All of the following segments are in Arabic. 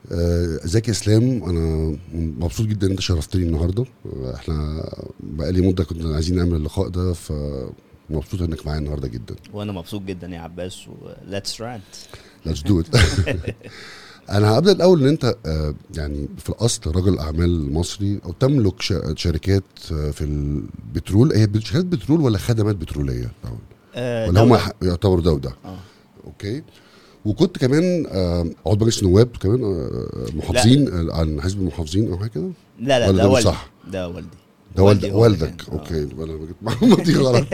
ازيك يا اسلام؟ انا مبسوط جدا ان انت شرفتني النهارده. احنا بقالي مده كنا عايزين نعمل اللقاء ده، فمبسوط انك معايا النهارده جدا. وانا مبسوط جدا يا عباس وليتس رانت. Let's do it. انا هبدا الاول ان انت يعني في الاصل رجل اعمال مصري او تملك شركات في البترول. هي شركات بترول ولا خدمات بتروليه الاول؟ ولا هم يعتبروا ده وده؟ اوكي. وكنت كمان عضو مجلس نواب كمان، محافظين عن حزب المحافظين او حاجه كده. لا ده والدي. صح، ده والدي. ده والدك. اوكي، انا بجيب معلوماتي غلط.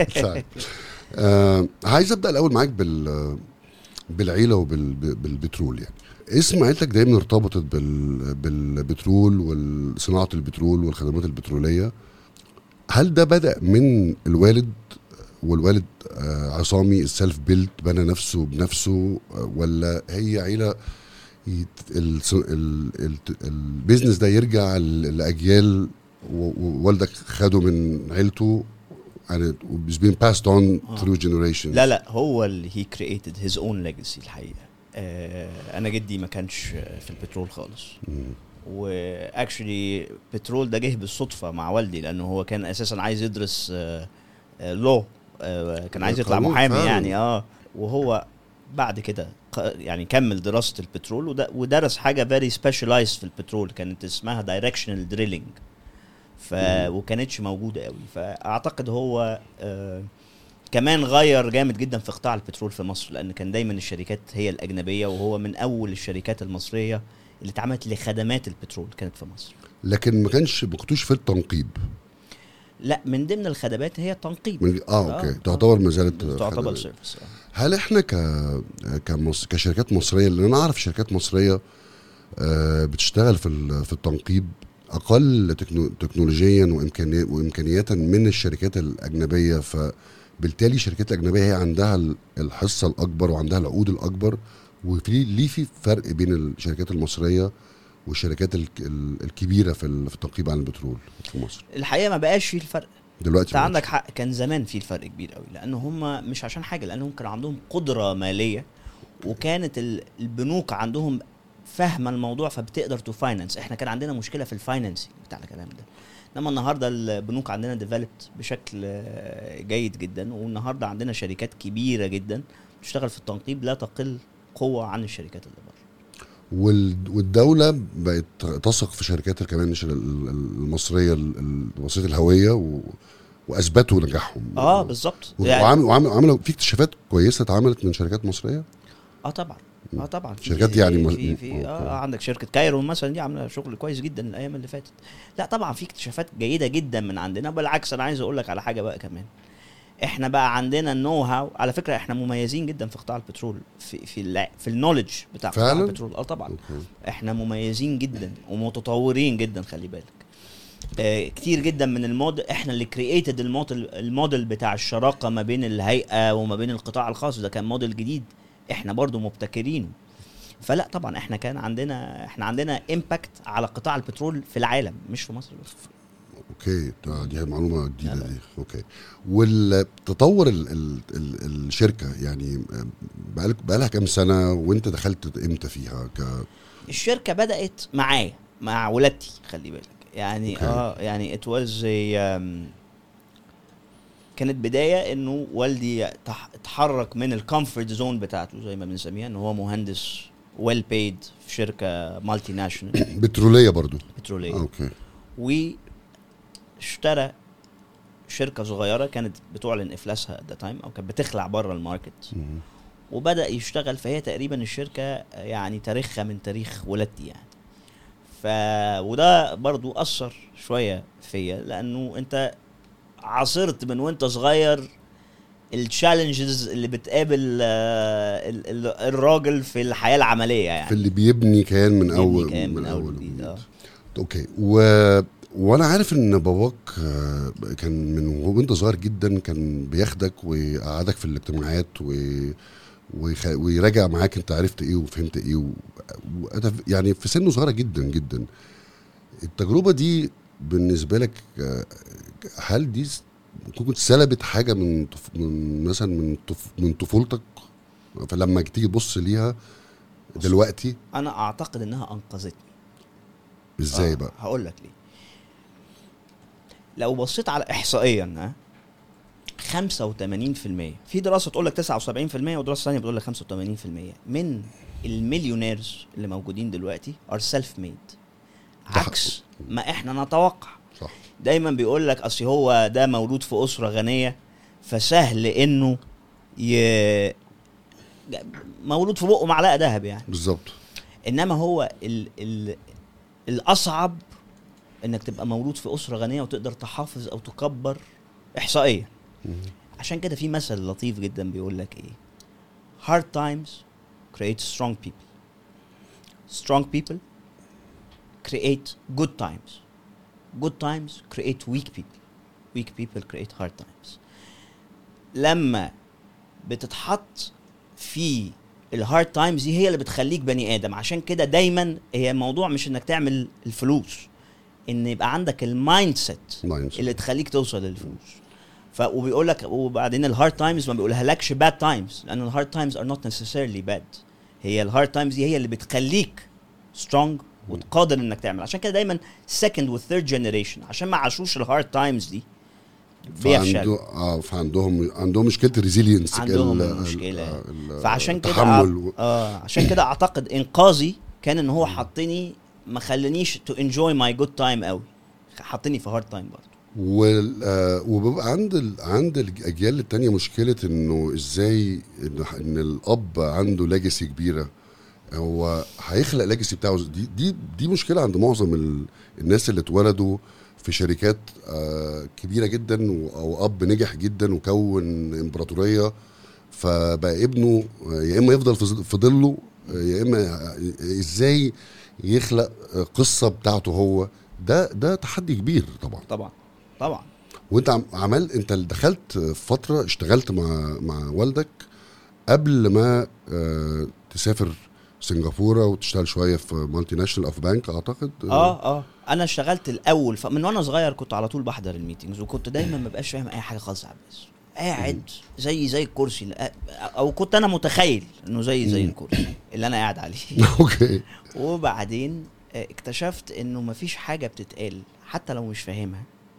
عايز ابدا الاول معاك بالعيله وبالبترول. يعني اسم عيلتك دايما ارتبطت بالبترول وصناعه البترول والخدمات البتروليه. هل ده بدا من الوالد؟ والوالد عصامي السلف بيلت بنى نفسه بنفسه، ولا هي عيله البيزنس ده يرجع لاجيال ووالدك خده من عيلته and it's been passed on through generations؟ لا هو اللي he created his own legacy الحقيقة. انا جدي ما كانش في البترول خالص، واكشلي بترول ده جه بالصدفة مع والدي، لانه هو كان اساسا عايز يدرس لو كان عايز يطلع محامي يعني وهو بعد كده يعني كمل دراسة البترول ودرس حاجة very specialized في البترول كانت اسمها directional drilling، وكانتش موجودة قوي. فأعتقد هو كمان غير جامد جدا في قطاع البترول في مصر، لأن كان دايما الشركات هي الأجنبية، وهو من أول الشركات المصرية اللي اتعملت لخدمات البترول كانت في مصر. لكن ما كنتوش في التنقيب؟ لا، من ضمن الخدمات هي التنقيب. اوكي، تعتبر ما زالت تعتبر سيرفيس. هل احنا كشركات مصريه، اللي انا اعرف شركات مصريه بتشتغل في التنقيب اقل تكنولوجيا وامكانيات من الشركات الاجنبيه، فبالتالي الشركات الاجنبيه هي عندها الحصه الاكبر وعندها العقود الاكبر، في فرق بين الشركات المصريه والشركات الكبيره في التنقيب عن البترول في مصر؟ الحقيقه ما بقاش فيه الفرق دلوقتي. انت عندك حق، كان زمان فيه الفرق كبير قوي، لان هم مش عشان حاجه، لانهم كان عندهم قدره ماليه، وكانت البنوك عندهم فاهمه الموضوع، فبتقدر تفاينانس. احنا كان عندنا مشكله في الفاينانسنج بتاع الكلام ده، انما النهارده البنوك عندنا ديفلوبت بشكل جيد جدا، والنهارده عندنا شركات كبيره جدا بتشتغل في التنقيب لا تقل قوه عن الشركات اللي بره. والدولة بقت تثق في شركات كمان المصرية الهوية، واثبتوا نجاحهم. بالظبط. وعملوا في اكتشافات كويسة اتعملت من شركات مصرية. طبعا شركات يعني في عندك شركة كايرو مثلا، دي عاملة شغل كويس جدا الايام اللي فاتت. لا طبعا في اكتشافات جيدة جدا من عندنا، بالعكس انا عايز اقول لك على حاجة بقى كمان. احنا بقى عندنا النو هاو، على فكره احنا مميزين جدا في قطاع البترول، في النوليدج بتاع قطاع البترول. طبعا احنا مميزين جدا ومتطورين جدا. خلي بالك كتير جدا من الموديل احنا اللي كرييتد الموديل بتاع الشراكه ما بين الهيئه وما بين القطاع الخاص، ده كان موديل جديد احنا برضو مبتكرينه. فلا طبعا احنا عندنا امباكت على قطاع البترول في العالم، مش في مصر بس. اوكي، دي معلومه جديده دي. اوكي. والتطور الشركه يعني بقالها كام سنه، وانت دخلت امتى فيها؟ الشركه بدات معايا مع ولادتي، خلي بالك يعني. يعني it was كانت بدايه انه والدي اتحرك من الكومفورت زون بتاعته زي ما بنسميها، ان هو مهندس ويل بيد في شركه مالتي ناشونال بتروليه برضو. اوكي. اشترى شركة صغيرة كانت بتعلن إفلاسها at the time، أو كانت بتخلع برا الماركت، وبدأ يشتغل. فهي تقريبا الشركة يعني تاريخها من تاريخ ولادتي يعني. وده برضو أثر شوية فيا، لأنه أنت عاصرت من وانت صغير التشالنجز اللي بتقابل الراجل في الحياة العملية يعني، في اللي بيبني كان من أول جديد. أوكي. وانا عارف ان باباك كان من وانت صغير جدا كان بياخدك ويقعدك في الاجتماعات ويراجع معاك انت عرفت ايه وفهمت ايه يعني في سن صغيره جدا جدا. التجربه دي بالنسبه لك هل دي كنت سلبت حاجه من مثلا من طفولتك؟ فلما تيجي تبص ليها دلوقتي؟ انا اعتقد انها انقذتني. ازاي بقى؟ هقول لك ليه. لو بصيت على احصائيا 85%، في دراسه تقول لك 79% ودراسه ثانيه بتقول لك 85% من المليونيرز اللي موجودين دلوقتي ار سيلف ميد، عكس ما احنا نتوقع. صح. دايما بيقول لك اصل هو ده مولود في اسره غنيه فسهل انه مولود في بقه معلقه ذهب يعني. بالظبط. انما هو الاصعب انك تبقى مولود في اسره غنيه وتقدر تحافظ او تكبر احصائيا. عشان كده في مثل لطيف جدا بيقول لك ايه: hard times create strong people, strong people create good times, good times create weak people, weak people create hard times. لما بتتحط في الهارد تايمز دي هي اللي بتخليك بني ادم. عشان كده دايما هي الموضوع مش انك تعمل الفلوس، ان يبقى عندك المايند سيت اللي تخليك توصل للفلوس. وبيقول لك وبعدين الهارد تايمز ما بيقولها لكش باد تايمز، لان الهارد تايمز ار نوت نيسيسيرلي باد. هي الهارد تايمز دي هي اللي بتخليك سترونج وتقادر انك تعمل. عشان كده دايما سكند والثيرد جنريشن عشان ما عاشوش الهارد تايمز دي بيفشل. عندهم مشكله الريزيلينس، عندهم مشكله. فعشان كده عشان كده اعتقد انقاذي كان ان هو حطني، ما خلانيش تو انجوي ماي جود تايم قوي، حطني في هارد تايم برضه. وبيبقى عند الاجيال التانية مشكله انه ازاي ان الاب عنده ليجاسي كبيره، هو هيخلق ليجاسي بتاعه. دي مشكله عند معظم الناس اللي اتولدوا في شركات كبيره جدا، او اب نجح جدا وكون امبراطوريه، فبقى ابنه يا اما يفضل في ظله يا اما ازاي يخلق قصه بتاعته هو. ده تحدي كبير طبعا. وانت انت دخلت فتره اشتغلت مع والدك قبل ما تسافر سنغافوره وتشتغل شويه في مالتي ناشونال اوف بانك اعتقد. انا اشتغلت الاول من وانا صغير كنت على طول بحضر الميتينجز، وكنت دايما ما بقاش فاهم اي حاجه خالص، بس قاعد زي الكرسي، او كنت انا متخيل انه زي الكرسي اللي انا قاعد عليه. اوكي. وبعدين اكتشفت انه مفيش حاجه بتتقال حتى لو مش فاهمها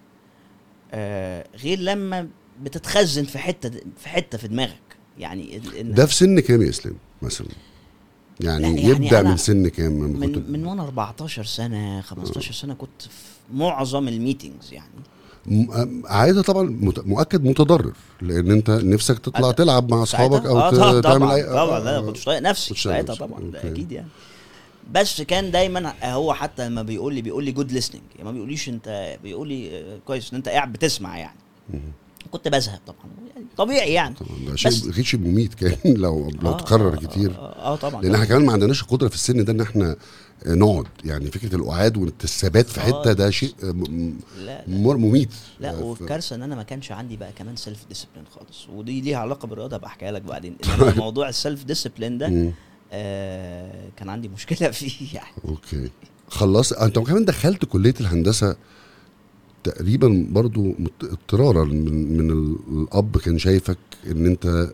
غير لما بتتخزن في حته في دماغك. يعني ده في سن كام يا اسلام مثلا؟ يعني يبدا من سن كام؟ من وانا 14 سنه 15 سنه كنت في معظم الميتينجز. يعني عايزه طبعا مؤكد متضرر، لان انت نفسك تطلع تلعب مع اصحابك او تعمل اي طبعا. لا كنتش طايق نفسي ساعتها طبعا. ده اكيد يعني. بس كان دايما هو حتى لما بيقول لي جود ليسننج، يعني ما بيقوليش انت، بيقول لي كويس ان انت قاعد بتسمع يعني. كنت بزهق طبعا، يعني طبيعي يعني. طبعا ده شيء مميت كان لو تكرر كتير. طبعا. لان احنا كمان ما عندناش القدره في السن ده ان احنا نقعد، يعني فكره القعاد والثبات في حته ده شيء مميت. لا والكارثه ان انا ما كانش عندي بقى كمان سيلف ديسيبلين خالص، ودي ليها علاقه بالرياضه بحكيها لك بعدين. موضوع السيلف ديسيبلين ده كان عندي مشكله فيه يعني. اوكي خلاص. انت كمان دخلت كليه الهندسه تقريبا برضو اضطرارا من الاب، كان شايفك ان انت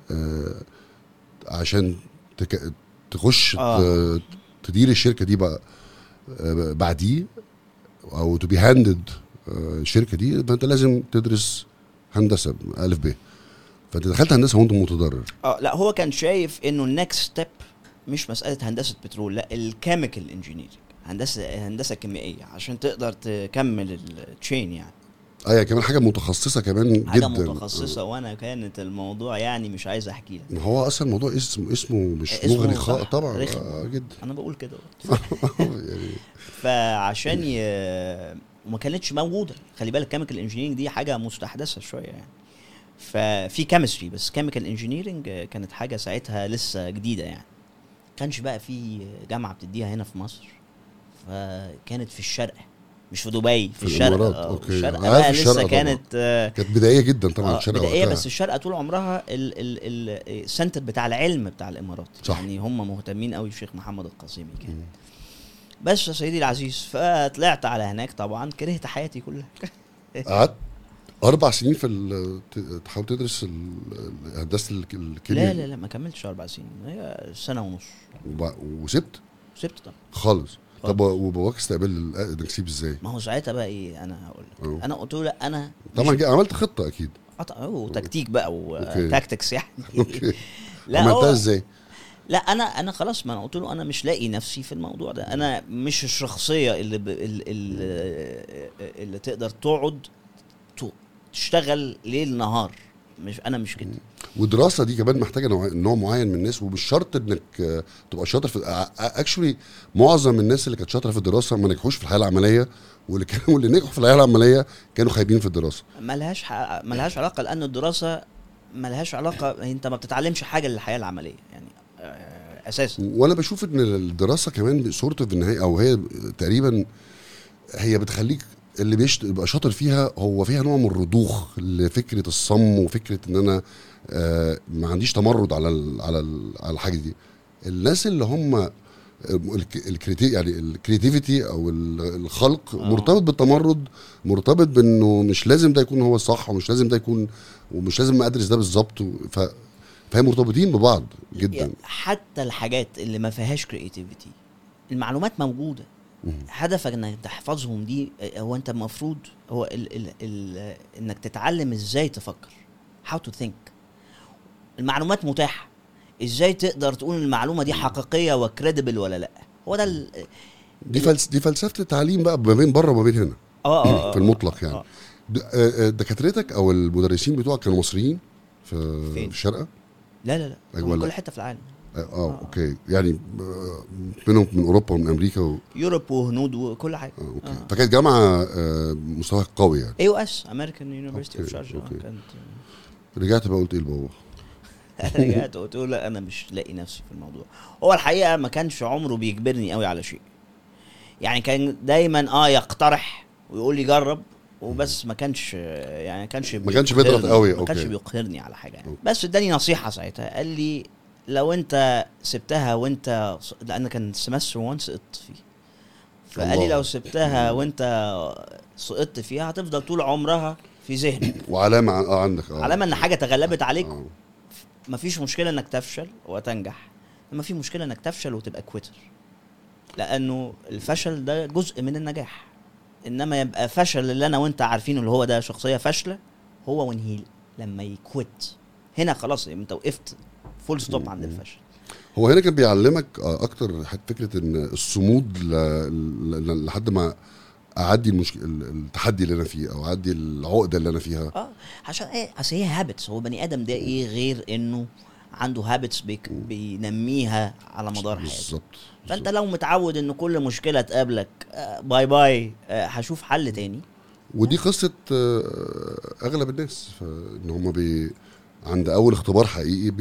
عشان تخش تدير الشركه دي بقى بعديه، او تو بي هاندد الشركه دي، فانت لازم تدرس هندسه الف ب. فانت دخلت هندسه وانت متضرر. لا هو كان شايف انه النكست ستيب مش مساله هندسه بترول، لا الكيميكال انجينيرنج، هندسه كيميائيه، عشان تقدر تكمل التشين يعني. ايوه كمان حاجه متخصصه كمان حاجة جدا، متخصصه. وانا كانت الموضوع يعني مش عايز احكي لك. ما هو اصلا الموضوع اسمه مش مغري طبعا جدا. انا بقول كده يعني. فعشان وما كانتش موجوده. خلي بالك كيميكال انجينيرنج دي حاجه مستحدثه شويه يعني. ففي كيمستري بس كيميكال انجينيرنج كانت حاجه ساعتها لسه جديده يعني. كانش بقى في جامعه بتديها هنا في مصر، فكانت في الشرق مش في دبي، في الشرق. في الشرق بقى لسه كانت بدائيه جدا طبعا. الشرق بدائيه بس الشرق طول عمرها السنتر بتاع العلم بتاع الامارات. صح. يعني هم مهتمين قوي بشيخ محمد القاسمي كان. بس يا سيدي العزيز، فطلعت على هناك طبعا كرهت حياتي كلها. 4 سنين تحاول تدرس هندسه الكيمياء؟ لا ما كملتش 4 سنين، هي سنه ونص وسبت طبعا خالص. طب وباباك استقبل انك تسيب ازاي؟ ما هو ساعتها بقى ايه، انا هقول لك، انا قلت له لا انا طبعا عملت خطه اكيد وتكتيك بقى وتاكتكس يعني. اوكي. لا عملتها ازاي؟ لا انا خلاص، ما انا قلت له انا مش لاقي نفسي في الموضوع ده، انا مش الشخصيه اللي تقدر تقعد تشتغل ليل نهار، مش كده. والدراسه دي كمان محتاجه نوع معين من الناس، ومش شرط انك تبقى شاطر في اكشولي. معظم الناس اللي كانت شاطره في الدراسه ما نجحوش في الحياه العمليه، واللي نجحوا في الحياه العمليه كانوا خايبين في الدراسه. ملهاش علاقه، لان الدراسه ملهاش علاقه، انت ما بتتعلمش حاجه للحياه العمليه يعني اساسا. وانا بشوف ان الدراسه كمان صورته في النهايه، او هي تقريبا هي بتخليك اللي يبقى شاطر فيها، هو فيها نوع من الرضوخ لفكره الصم، وفكره ان انا ما عنديش تمرد على الحاجه دي. الناس اللي هم يعني الكرياتيفيتي او الخلق مرتبط بالتمرد، مرتبط بانه مش لازم ده يكون هو الصح، ومش لازم ده يكون، ومش لازم ادرس ده بالظبط، فهم مرتبطين ببعض جدا. يعني حتى الحاجات اللي ما فيهاش كرياتيفيتي، المعلومات موجوده، هدفك انك تحفظهم دي، هو انت المفروض هو انك تتعلم ازاي تفكر، how to think. المعلومات متاحه، ازاي تقدر تقول المعلومه دي حقيقيه وكريديبل ولا لا. هو ده دي فلسفه التعليم بقى، ما بين بره وما بين هنا. في المطلق يعني. دكاترتك او المدرسين بتوعك كانوا مصريين في الشارقه؟ لا من كل حته في العالم. اوكي، يعني منهم من اوروبا ومن امريكا يوروب وهنود وكل حاجه. اوكي. فكانت جامعه مستواها قوي يعني. AUS امريكان يونيفرسيتي اوف شارجه. رجعت بقى قلت ايه لبابا؟ رجعت قلت له لا انا مش لاقي نفسي في الموضوع. هو الحقيقه ما كانش عمره بيجبرني قوي على شيء، يعني كان دايما يقترح ويقول لي جرب وبس، ما كانش بيضغط قوي، ما كانش بيقهرني على حاجه يعني. بس اداني نصيحه ساعتها، قال لي لو انت سبتها وانت، لان كان سمستر 1 سقطت فيه، فقال لي لو سبتها وانت سقطت فيها هتفضل طول عمرها في ذهنك، وعلامه عندك علامه ان حاجه تغلبت عليك. مفيش مشكله انك تفشل وتنجح، ما في مشكله انك تفشل وتبقى كويتر، لانه الفشل ده جزء من النجاح. انما يبقى فشل اللي انا وانت عارفينه اللي هو ده شخصيه فاشله، هو ونهيل لما يكويت هنا خلاص انت وقفت فول ستوب عند الفشل. هو هنا كان بيعلمك اكتر فكره ان الصمود لحد ما اعدي التحدي اللي انا فيه، او اعدي العقده اللي انا فيها. عشان ايه؟ اصل هي هابتس. هو بني ادم ده ايه غير انه عنده هابتس بينميها على مدار حياته. بالظبط. فانت لو متعود ان كل مشكله تقابلك باي باي هشوف حل تاني. ودي قصه اغلب الناس، ان هم عند اول اختبار حقيقي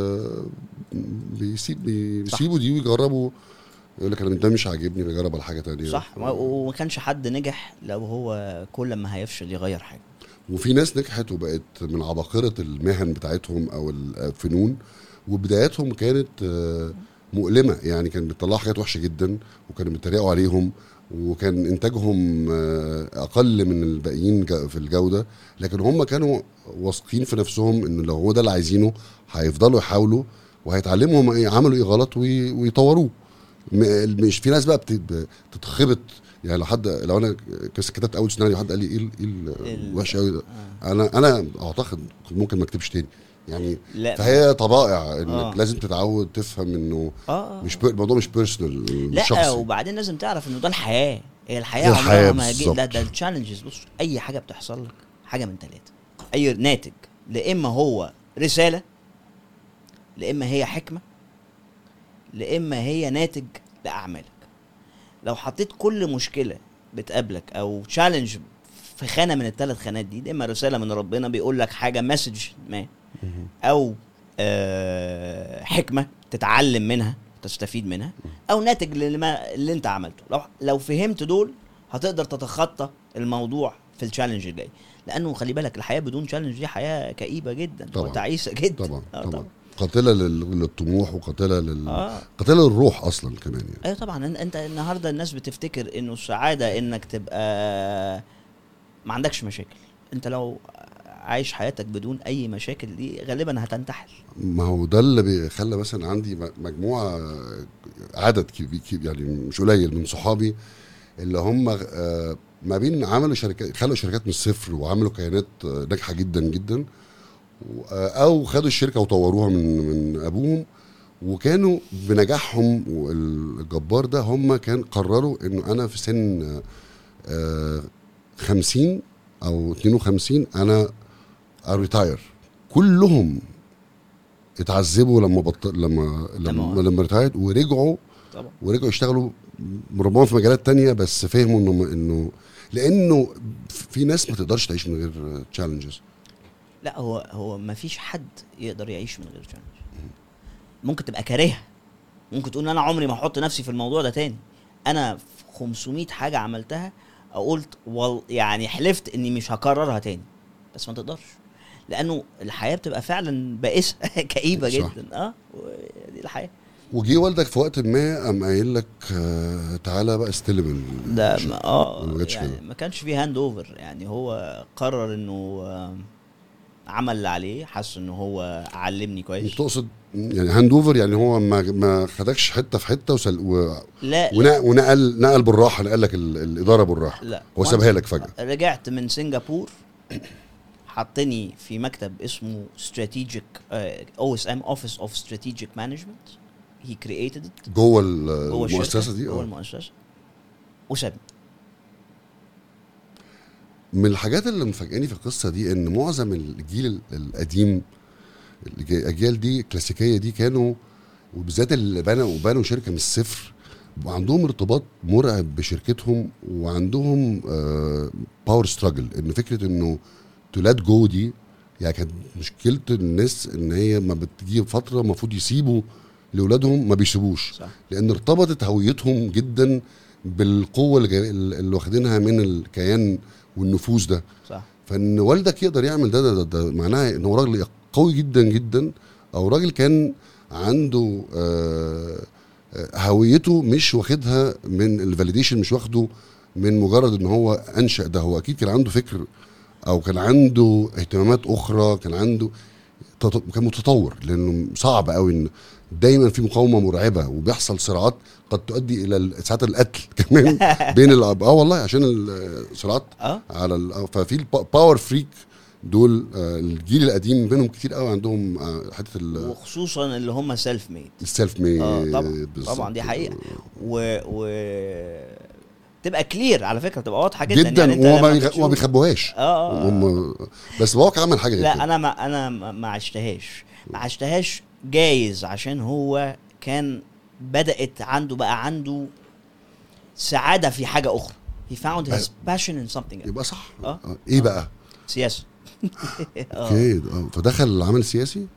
بيسيبوا دي ويجربوا، يقول لك انا ده مش عاجبني، بجرب على حاجه تانية. صح. وما كانش حد نجح لو هو كل ما هيفشل يغير حاجه. وفي ناس نجحت وبقت من عباقرة المهن بتاعتهم او الفنون، وبداياتهم كانت مؤلمة، يعني كانت بتطلع حاجات وحشة جدا، وكانوا بيتريقوا عليهم، وكان انتاجهم اقل من الباقيين في الجودة، لكن هم كانوا واثقين في نفسهم ان لو هو ده اللي عايزينه هيفضلوا يحاولوا، وهيتعلموا هم عملوا ايه غلط ويطوروه. مش في ناس بقى بتتخبط، يعني لو انا كتبت اول سيناريو حد قال لي ايه الوحش قوي ده، انا اعتقد ممكن ما اكتبش تاني يعني. فهي طبائع انك لازم تتعود تفهم انه مش الموضوع مش بيرسونال، لا شخصي. وبعدين لازم تعرف انه ده الحياه، هي الحياه عمرها ما ده التشالنجز. بص، اي حاجه بتحصل لك حاجه من 3، اي ناتج، لاما هو رساله، لاما هي حكمه، لاما هي ناتج لاعمالك. لو حطيت كل مشكله بتقابلك او تشالنج في خانه من ال3 خانات دي، اما رساله من ربنا بيقول لك حاجه مسج ما، او حكمه تتعلم منها تستفيد منها، او ناتج اللي انت عملته. لو فهمت دول هتقدر تتخطى الموضوع في التشالنج الجاي، لانه خلي بالك الحياه بدون تشالنج دي حياه كئيبه جدا وتعيسه جدا. طبعا قاتله للطموح، وقاتله قاتله للروح اصلا كمان يعني. ايوه طبعا. انت النهارده الناس بتفتكر انه السعاده انك تبقى ما عندكش مشاكل. انت لو عايش حياتك بدون اي مشاكل دي غالبا هتنتحل. ما هو ده اللي بيخلى مثلا عندي مجموعه، عدد يعني مش قليل من صحابي اللي هم ما بين عملوا شركات، خلوا شركات من الصفر وعملوا كيانات ناجحه جدا جدا، او خدوا الشركه وطوروها من ابوهم، وكانوا بنجاحهم الجبار ده هم كان قرروا انه انا في سن 50 او 52 انا اريتاير. كلهم اتعذبوا لما ريتاير ورجعوا طبعا. ورجعوا يشتغلوا ربما في مجالات تانية، بس فهموا انه لانه في ناس ما تقدرش تعيش من غير تشالنجز. لا هو ما فيش حد يقدر يعيش من غير تشالنج. ممكن تبقى كارهها، ممكن تقول انا عمري ما احط نفسي في الموضوع ده تاني، انا في 500 حاجه عملتها قلت يعني حلفت اني مش هكررها تاني، بس ما تقدرش، لانه الحياه بتبقى فعلا بائسه كئيبه جدا. دي الحياه. وجي والدك في وقت ما قام قايل لك تعالى بقى استلم ده يعني ما كانش فيه هاند اوفر، يعني هو قرر انه عمل اللي عليه، حس انه هو علمني كويس. تقصد يعني هاند اوفر يعني هو ما خدكش حته في حته لا ونقل بالراحه، نقل لك الاداره بالراحه، لا هو سابها لك فجاه. رجعت من سنغافور حطني في مكتب اسمه Strategic OSM Office of Strategic Management. he created it جوه المؤسسه دي، جوه المؤسسه، وسابني. من الحاجات اللي مفاجئاني في القصه دي ان معظم الجيل القديم، الاجيال دي الكلاسيكيه دي، كانوا وبالذات اللي بنوا شركه من الصفر وعندهم ارتباط مرعب بشركتهم، وعندهم باور ستراجل، ان فكره انه تولاد جو دي يعني كانت مشكله الناس ان هي ما بتجي فتره المفروض يسيبوا لاولادهم ما بيسيبوش، صح. لان ارتبطت هويتهم جدا بالقوه اللي واخدينها من الكيان والنفوذ ده، صح. فان والدك يقدر يعمل ده معناه ان هو راجل قوي جدا جدا، او راجل كان عنده هويته مش واخدها من الفاليديشن، مش واخده من مجرد ان هو انشأ ده، هو اكيد كان عنده فكر او كان عنده اهتمامات اخرى، كان متطور، لانه صعب قوي ان دايما في مقاومه مرعبه وبيحصل صراعات قد تؤدي الى ساعات القتل كمان بين والله عشان الصراعات على ففي الباور فريك دول الجيل القديم منهم كتير قوي عندهم حته وخصوصا اللي هم سيلف ميد طبعا دي حقيقه تبقى كلير على فكره، تبقى واضحه جدا يعني وما بيخبوهاش بس بواقع عمل حاجه لا انا ما عشتهاش جايز عشان هو كان بدأت عنده سعاده في حاجه اخرى. he found his passion in something. يبقى صح. ايه بقى؟ سياسه. اوكي. فدخل العمل السياسي.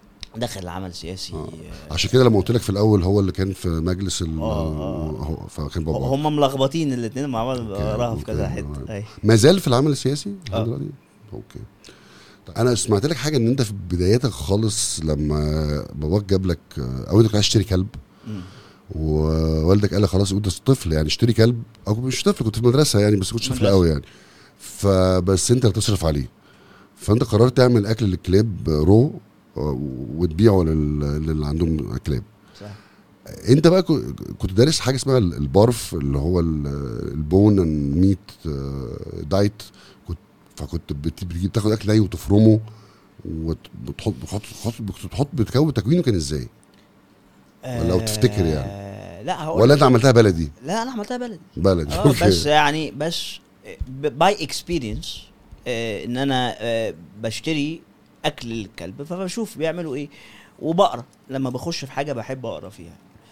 عشان كده لما قلت لك في الاول هو اللي كان في مجلس فكان بابا. هم ملخبطين الاثنين مع بعض، وراها في كذا حته. ما زال في العمل السياسي دلوقتي. اوكي. انا سمعت لك حاجه ان انت في بداياتك خالص لما باباك جاب لك او انت كنت عايز تشتري كلب، ووالدك قال لك خلاص انت طفل يعني اشتري كلب، او مش طفل كنت في المدرسه يعني بس كنت طفل قوي يعني، فبس انت اللي تصرف عليه، فانت قررت تعمل اكل للكلاب رو وتبيعه للي عندهم كلاب. صح. انت بقى كنت دارس حاجه اسمها البارف اللي هو البون ميت دايت، فكنت بتاخد اكل ني وتفرمه وتحط بتكون تكوينه كان ازاي؟ لو تفتكر يعني. لا ولا انت عملتها بلدي؟ لا انا عملتها بلدي. بس يعني باي اكسبيرينس ان انا بشتري اكل الكلب فبشوف بيعملوا ايه، وبقرا لما بخش في حاجه بحب اقرا فيها،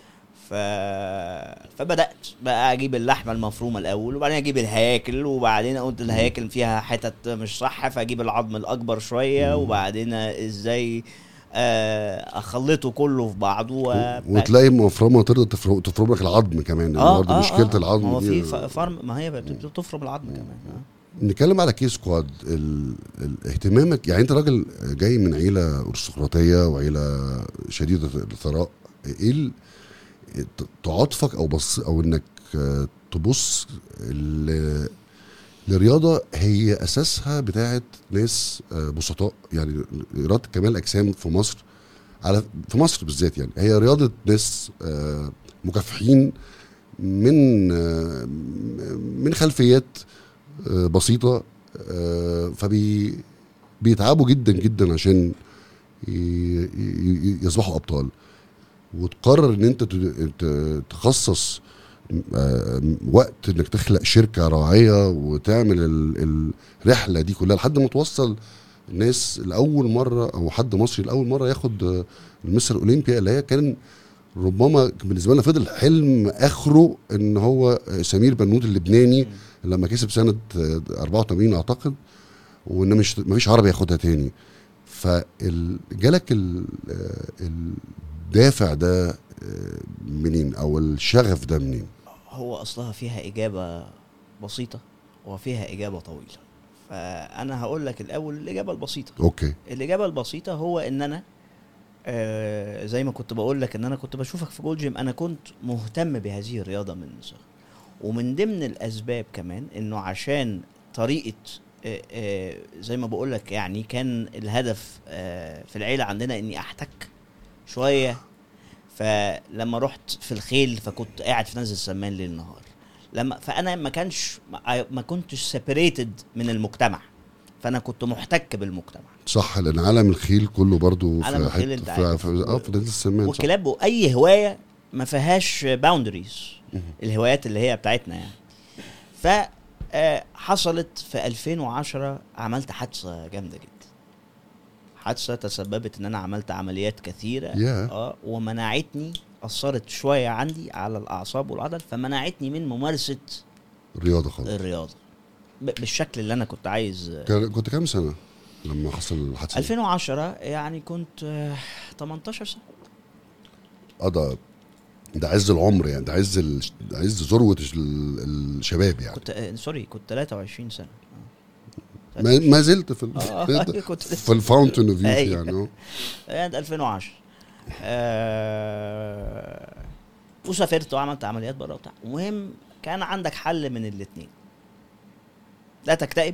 فبدات بقى اجيب اللحمه المفرومه الاول، وبعدين اجيب الهياكل، وبعدين قلت الهياكل فيها حتت مش صح فاجيب العظم الاكبر شويه، وبعدين ازاي اخلطه كله في بعضه وتلاقي مفرمه تقدر تفرم لك العظم كمان. برضه مشكله العظم هو في فرم، ما هي بتفرم العظم كمان. نتكلم على كيس سكواد. اهتمامك يعني انت راجل جاي من عيله ارستقراطيه وعيله شديده الثراء، ايه تعاطفك او انك تبص الرياضه هي اساسها بتاعت ناس بسطاء، يعني رياضه كمال الاجسام في مصر، في مصر بالذات يعني هي رياضه ناس مكافحين من خلفيات بسيطه، بيتعبوا جدا جدا عشان يصبحوا ابطال. وتقرر ان انت تخصص وقت انك تخلق شركه راعيه وتعمل الرحله دي كلها لحد ما توصل الناس لاول مره، او حد مصري لاول مره ياخد المستر اولمبيا، اللي هي كان ربما بالنسبه لنا فضل حلم اخره ان هو سمير بنوت اللبناني لما كسب سنه 84 اعتقد، وان مفيش عربي ياخدها تاني. فجالك الدافع ده منين، او الشغف ده منين؟ هو اصلها فيها اجابه بسيطه وفيها اجابه طويله، فانا هقول لك الاول الاجابه البسيطه. اوكي. الاجابه البسيطه هو ان انا زي ما كنت بقول لك ان انا كنت بشوفك في جول جيم، انا كنت مهتم بهذه الرياضه من صغري، ومن ضمن الاسباب كمان انه عشان طريقه زي ما بقول لك يعني كان الهدف في العيله عندنا اني احتك شويه. فلما رحت في الخيل فكنت قاعد في نزل سمان ليل نهار، فانا ما كنتش سيبريتد من المجتمع، فانا كنت محتك بالمجتمع. صح، لان عالم الخيل كله برضو عالم الخيل انت عارف في نزل السمان. والكلاب واي هوايه ما فيهاش باوندريز، الهوايات اللي هي بتاعتنا يعني. حصلت في 2010 عملت حادثه جامده جدا، حادثه تسببت ان انا عملت عمليات كثيره ومنعتني، اثرت شويه عندي على الاعصاب والعضل، فمنعتني من ممارسه الرياضه بالشكل اللي انا كنت عايز. كنت كام سنه لما حصل الحادثه؟ 2010 يعني كنت 18 سنه. ده عز العمر يعني، ده عز ذروه الشباب يعني. كنت 23 سنه. ما زلت في في الفاونتن اوف يوث يعني 2010 وسافرت وعملت عمليات بره وبتاع. المهم كان عندك حل من الاثنين، لا تكتئب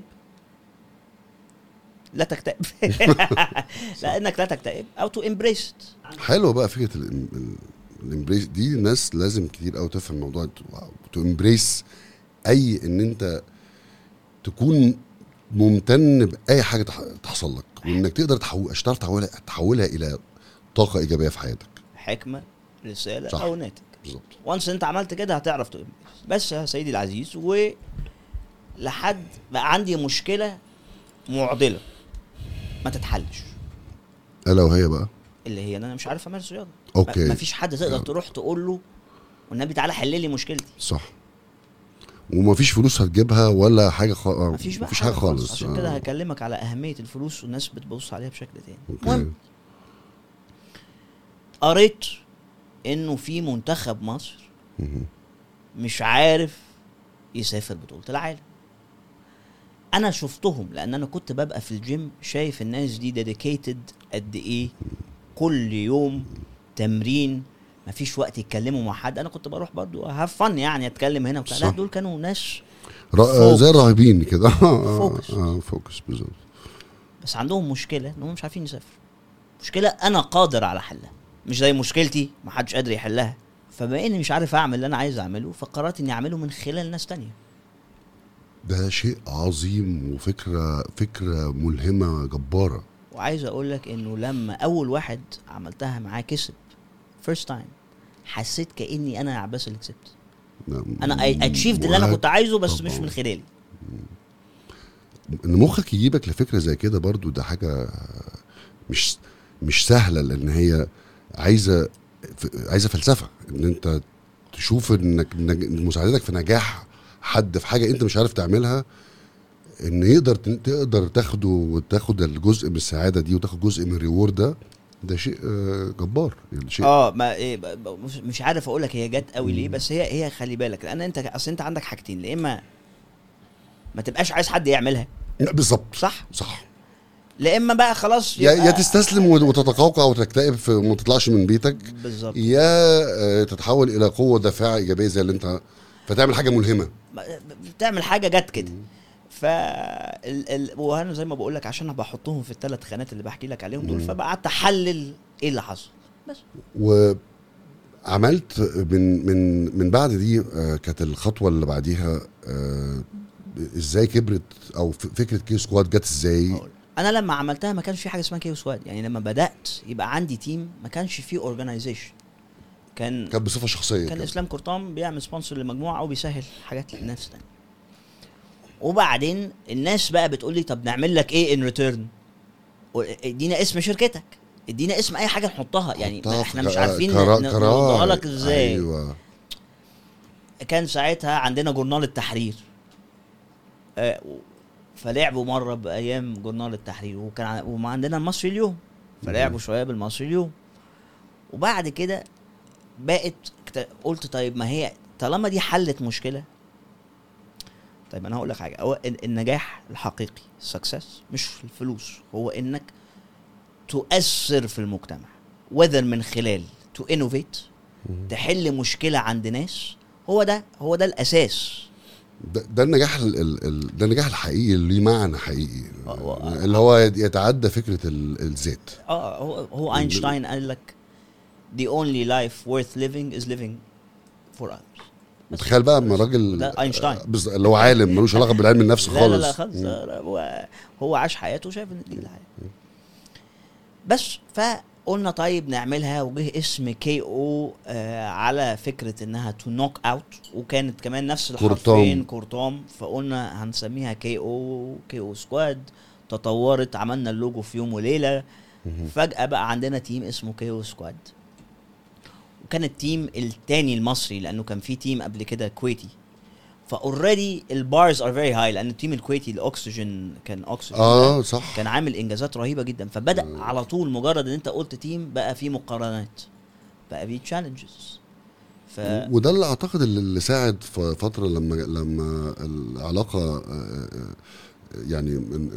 لا انك لا تكتئب او تو امبريس. حلو بقى فكره الامبريس دي، الناس لازم كتير قوي تفهم الموضوع، تو امبريس اي ان انت تكون ممتن باي حاجه تحصل لك، وانك تقدر تحولها الى طاقه ايجابيه في حياتك، حكمه، رساله صح. او ناتج بالظبط. وانس انت عملت كده هتعرف تقول. بس يا سيدي العزيز، ولحد بقى عندي مشكله معضله ما تتحلش، الا وهي بقى اللي هي ان انا مش عارف امارس رياضه. اوكي. مفيش حد تقدر تروح تقول له والنبي تعالى حل لي مشكلتي. صح. ومفيش فلوس هتجيبها ولا حاجه مفيش حاجه خالص. عشان كده هكلمك على اهميه الفلوس، والناس بتبص عليها بشكل تاني. المهم قريت انه في منتخب مصر مش عارف يسافر بطولة العالم. انا شفتهم لان انا كنت ببقى في الجيم شايف الناس دي ديديكيتد قد ايه، كل يوم تمرين، مفيش وقت يتكلموا مع حد. انا كنت بروح برضو هاف فن يعني اتكلم هنا وبتاع. لا دول كانوا ناس زي الراهبين كده. فوكس بالظبط. بس عندهم مشكله انهم مش عارفين يسافروا، مشكله انا قادر على حلها، مش زي مشكلتي ما حدش قادر يحلها. فبما اني مش عارف اعمل اللي انا عايز اعمله، فقررت اني اعمله من خلال ناس تانية. ده شيء عظيم وفكره ملهمه جباره. وعايز اقول لك انه لما اول واحد عملتها معاه كسب first time، حسيت كاني انا عباس اللي كسبت. انا اتشيفد اللي انا كنت عايزه، بس طبعا مش من خلالي. ان مخك يجيبك لفكره زي كده برضو ده حاجه مش سهله، لان هي عايزه فلسفه، ان انت تشوف انك مساعدتك في نجاح حد في حاجه انت مش عارف تعملها، ان تقدر تاخد الجزء من السعاده دي وتاخد جزء من الريورد ده شيء جبار يعني. شيء ما مش عارف اقول لك هي جت قوي ليه، بس هي خلي بالك، لان انت عندك حاجتين، يا اما ما تبقاش عايز حد يعملها بالظبط، صح، لا اما بقى خلاص يا تستسلم وتتقوقع وتكتئب وما تطلعش من بيتك بالظبط، يا تتحول الى قوه دافعه ايجابيه زي اللي انت فتعمل حاجه ملهمه، بتعمل حاجه جت كده. وانا زي ما بقول لك عشان بحطهم في الثلاث خانات اللي بحكي لك عليهم دول، فبقعدت احلل ايه اللي حصل بس. وعملت من بعد دي كانت الخطوه اللي بعديها ازاي كبرت، او فكره كيو سكواد جت ازاي؟ انا لما عملتها ما كانش في حاجه اسمها كيو سكواد، يعني لما بدات يبقى عندي تيم ما كانش فيه اورجانيزيشن، كان بصفه شخصيه، كان اسلام قرطام بيعمل سبونسر لمجموعه او بيسهل حاجات للناس تاني. وبعدين الناس بقى بتقول لي طب نعمل لك ايه ان ريتيرن؟ ادينا اسم شركتك، ادينا اسم اي حاجه نحطها، يعني احنا مش عارفين نوضعها لك ازاي. أيوة. كان ساعتها عندنا جورنال التحرير، فلعبوا مره بايام جورنال التحرير، وكان وما عندنا المصري اليوم، فلعبوا شويه بالمصري اليوم. وبعد كده بقت قلت طيب ما هي طالما دي حلت مشكله، طيب انا هقول لك حاجه، هو النجاح الحقيقي السكسس مش في الفلوس، هو انك تؤثر في المجتمع، whether من خلال to innovate، تحل مشكله عند ناس، هو ده الاساس. ده النجاح ده النجاح الحقيقي اللي ليه معنى حقيقي، اللي هو يتعدى فكره الذات. هو اينشتاين قال لك the only life worth living is living for others. تخيل بقى اما راجل ده اينشتاين اللي هو عالم ملوش علاقه بالعلم النفس خالص. لا خالص، هو عاش حياته شايف ان دي الحياه بس. فقلنا طيب نعملها، وجه اسم كي او على فكره انها تو نوك اوت، وكانت كمان نفس الحرفين كورتام، فقلنا هنسميها كي او سكواد. تطورت، عملنا اللوجو في يوم وليله، فجاه بقى عندنا تيم اسمه كي او سكواد. وكان التيم التاني المصري، لانه كان في تيم قبل كده كويتي، فاوريدي البارز ار فيري هاي، لان التيم الكويتي الاكسجين كان اكسجين صح، كان عامل انجازات رهيبه جدا. فبدا على طول مجرد ان انت قلت تيم بقى فيه مقارنات، بقى فيه تشالنجز. وده اللي اعتقد اللي ساعد في فتره لما العلاقه يعني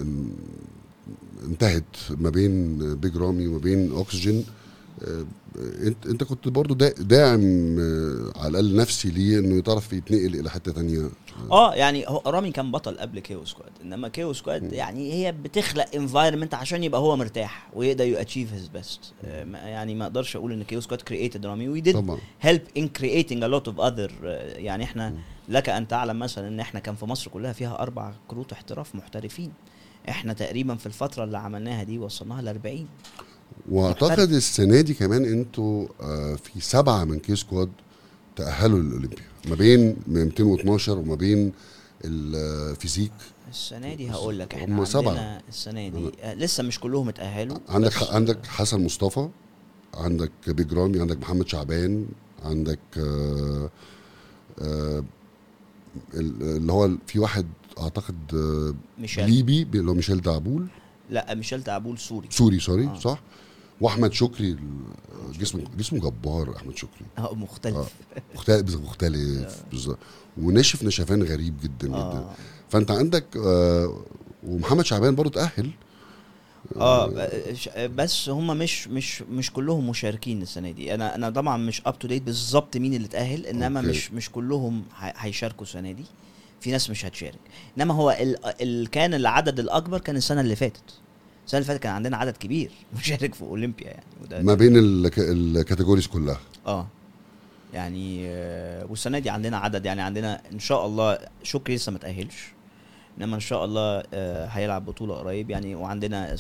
انتهت ما بين بيج رامي وما بين اكسجين. انت كنت برضو داعم على الاقل نفسي ليه انه يعرف يتنقل الى حته تانية. يعني رامي كان بطل قبل كيو سكواد، انما كيو سكواد يعني هي بتخلق انفايرمنت عشان يبقى هو مرتاح ويقدر ياتشيف هيز بيست. يعني ما اقدرش اقول ان كيو سكواد كرييتد رامي، وي ديد هيلب ان كرييتنج ا لوت اوف اذر. يعني احنا لك ان تعلم مثلا ان احنا كان في مصر كلها فيها 4 كروت احتراف محترفين، احنا تقريبا في الفتره اللي عملناها دي وصلناها ل 40. واعتقد السنه دي كمان انتوا في 7 من كي سكواد تاهلوا للاولمبيا، ما بين 212 وما بين الفيزيك. السنه دي هقول لك احنا عندنا 7 السنه دي لسه مش كلهم اتاهلوا. عندك حسن مصطفى، عندك بيج رامي، عندك محمد شعبان، عندك اللي هو في واحد اعتقد ليبي اللي هو ميشيل دعبول. لا ميشيل دعبول سوري صح. واحمد شكري، جسمه جبار احمد شكري. مختلف بالظبط، ونشف نشفان غريب جدا جدا. فانت عندك ومحمد شعبان برضو تأهل. بس هم مش كلهم مشاركين السنه دي. انا طبعا مش اب تو ديت بالظبط مين اللي تأهل، انما مش كلهم هيشاركوا السنه دي، في ناس مش هتشارك. انما هو كان العدد الاكبر كان السنه اللي فاتت. السنه اللي فاتت كان عندنا عدد كبير مشارك في اولمبيا يعني، ما بين الكاتيجوريز كلها. يعني والسنه دي عندنا عدد، يعني عندنا ان شاء الله شكري لسه ما تاهلش، انما ان شاء الله هيلعب بطوله قريب يعني. وعندنا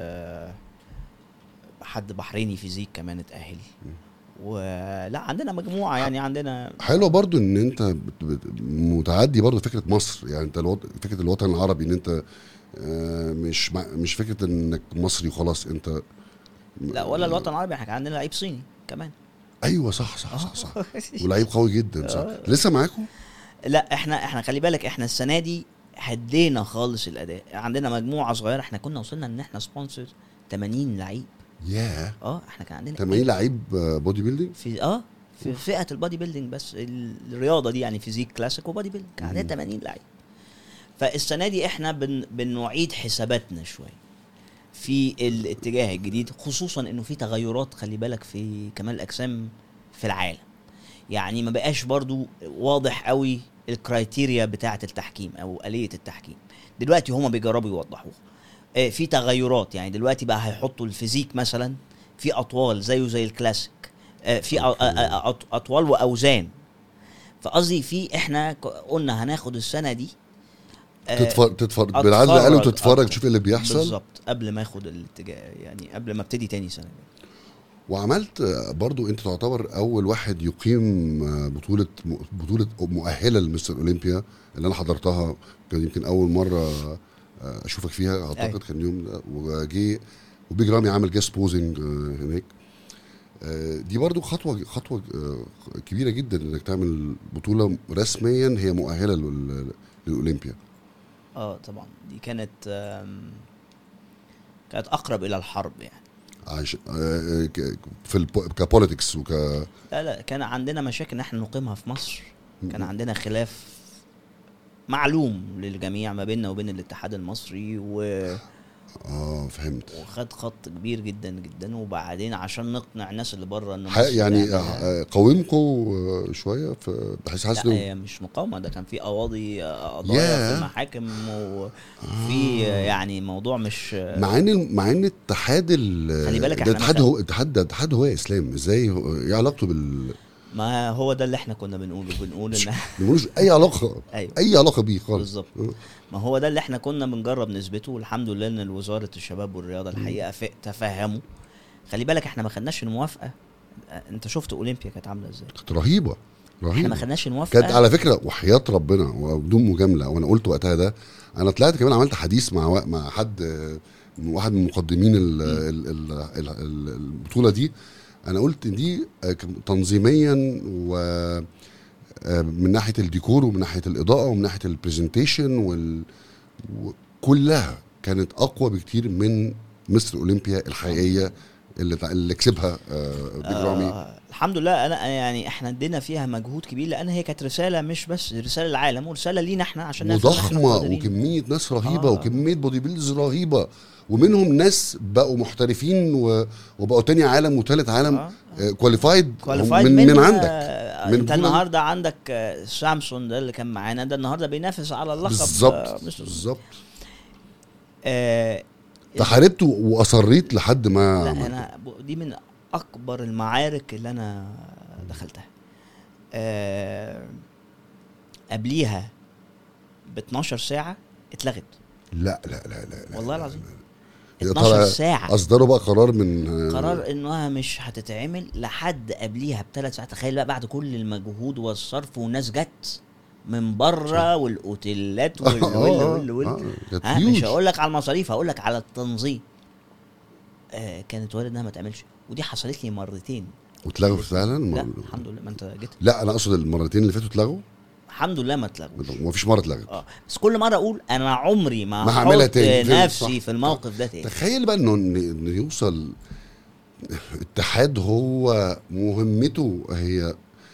حد بحريني فيزيك كمان اتاهل. ولا عندنا مجموعه يعني. عندنا حلو برضو ان انت متعدي برضو فكره مصر، يعني انت فكره الوطن العربي، ان انت مش فكره انك مصري وخلاص. انت لا، ولا الوطن العربي، احنا عندنا لعيب صيني كمان. ايوه صح ولعيب قوي جدا صح. لسه معاكم؟ لا احنا خلي بالك، احنا السنه دي هدينا خالص الاداء. عندنا مجموعه صغيره، احنا كنا وصلنا ان احنا سبونسر 80 لعيب. احنا كان عندنا 80 لعيب بودي بيلدينج في فئه البودي بيلدينج، بس الرياضه دي يعني فيزيك كلاسيك وبودي بيلدينج كان عندنا 80 لعيب. فالسنه دي احنا بنعيد حساباتنا شويه في الاتجاه الجديد، خصوصا انه في تغيرات خلي بالك في كمال الاجسام في العالم. يعني ما بقاش برضو واضح قوي الكرايتيريا بتاعه التحكيم او آلية التحكيم. دلوقتي هما بيجربوا يوضحوها. في تغيرات، يعني دلوقتي بقى هيحطوا الفيزيك مثلا في اطوال زيه زي الكلاسيك، في اطوال واوزان. فقصدي في احنا قلنا هناخد السنه دي تتفرج بالعدل قالوا تتفرج تشوف اللي بيحصل بالظبط قبل ما ياخد الاتجاه، يعني قبل ما ابتدي تاني سنه. وعملت برضو انت تعتبر اول واحد يقيم بطولة مؤهلة لمستر اولمبيا اللي انا حضرتها، كان يمكن اول مرة اشوفك فيها اعتقد كان يوم ده، وجي وبيج رامي عمل جاست بوزنج هناك. دي برضو خطوة كبيرة جدا انك تعمل بطولة رسميا هي مؤهلة للاولمبيا. طبعا دي كانت اقرب الى الحرب يعني في كبوليتكس لا كان عندنا مشاكل ان احنا نقيمها في مصر. كان عندنا خلاف معلوم للجميع ما بيننا وبين الاتحاد المصري فهمت. وخد خط كبير جدا جدا، وبعدين عشان نقنع الناس اللي بره ان يعني قاومكم شويه بحيث حاسس لا مش مقاومه، ده كان في قضايا في المحاكم وفي يعني موضوع مش مع ان الاتحاد خلي بالك الاتحاد هو اسلام ازاي ايه علاقته ما هو ده اللي احنا كنا بنقول ان ملوش اي علاقه أيوة. اي علاقه بيه خالص بالظبط. ما هو ده اللي احنا كنا بنجرب نثبته، والحمد لله ان وزاره الشباب والرياضه الحقيقه تفهموا. خلي بالك احنا ما خدناش الموافقه. انت شفت اولمبيا كانت عامله ازاي؟ كانت رهيبه. احنا ما خدناش الموافقه. كانت على فكره وحياه ربنا وبدون مجامله، وانا قلت وقتها ده، انا طلعت كمان عملت حديث مع حد واحد من مقدمين البطوله دي. انا قلت دي تنظيميا ومن ناحيه الديكور ومن ناحيه الاضاءه ومن ناحيه البرزنتيشن وكلها كانت اقوى بكتير من مستر اولمبيا الحقيقيه اللي كسبها بيج رامي. الحمد لله. انا يعني احنا ادينا فيها مجهود كبير، لان هي كانت رساله مش بس رساله للعالم ورساله لينا احنا عشان وضخمه وكميه ناس رهيبه وكميه بودي بيلدرز رهيبه، ومنهم ناس بقوا محترفين وبقوا تاني عالم وثالث عالم كواليفايد من عندك. انت النهارده عندك سامسون ده اللي كان معانا، ده النهارده بينافس على اللقب. بالظبط. تحاربت واصريت لحد ما لا انا دي من اكبر المعارك اللي انا دخلتها. قبليها ب 12 ساعه اتلغت. لا والله العظيم 12 ساعه اصدروا بقى قرار انها مش هتتعمل لحد قبليها ب3 ساعات. تخيل بقى بعد كل المجهود والصرف والناس جت من بره والاوتيلات مش هقول لك على المصاريف، هقول لك على التنظيم. كانت وارد انها ما تعملش، ودي حصلت لي مرتين واتلغوا فعلا. لا الحمد لله. ما انت جيت. لا انا اقصد المرتين اللي فاتوا اتلغوا الحمد لله ما اتلغوش. ما فيش مره اتلغت. بس كل مره اقول انا عمري ما هعملها تاني نفسي في الموقف ده تاني. تخيل بقى انه يوصل اتحاد هو مهمته هي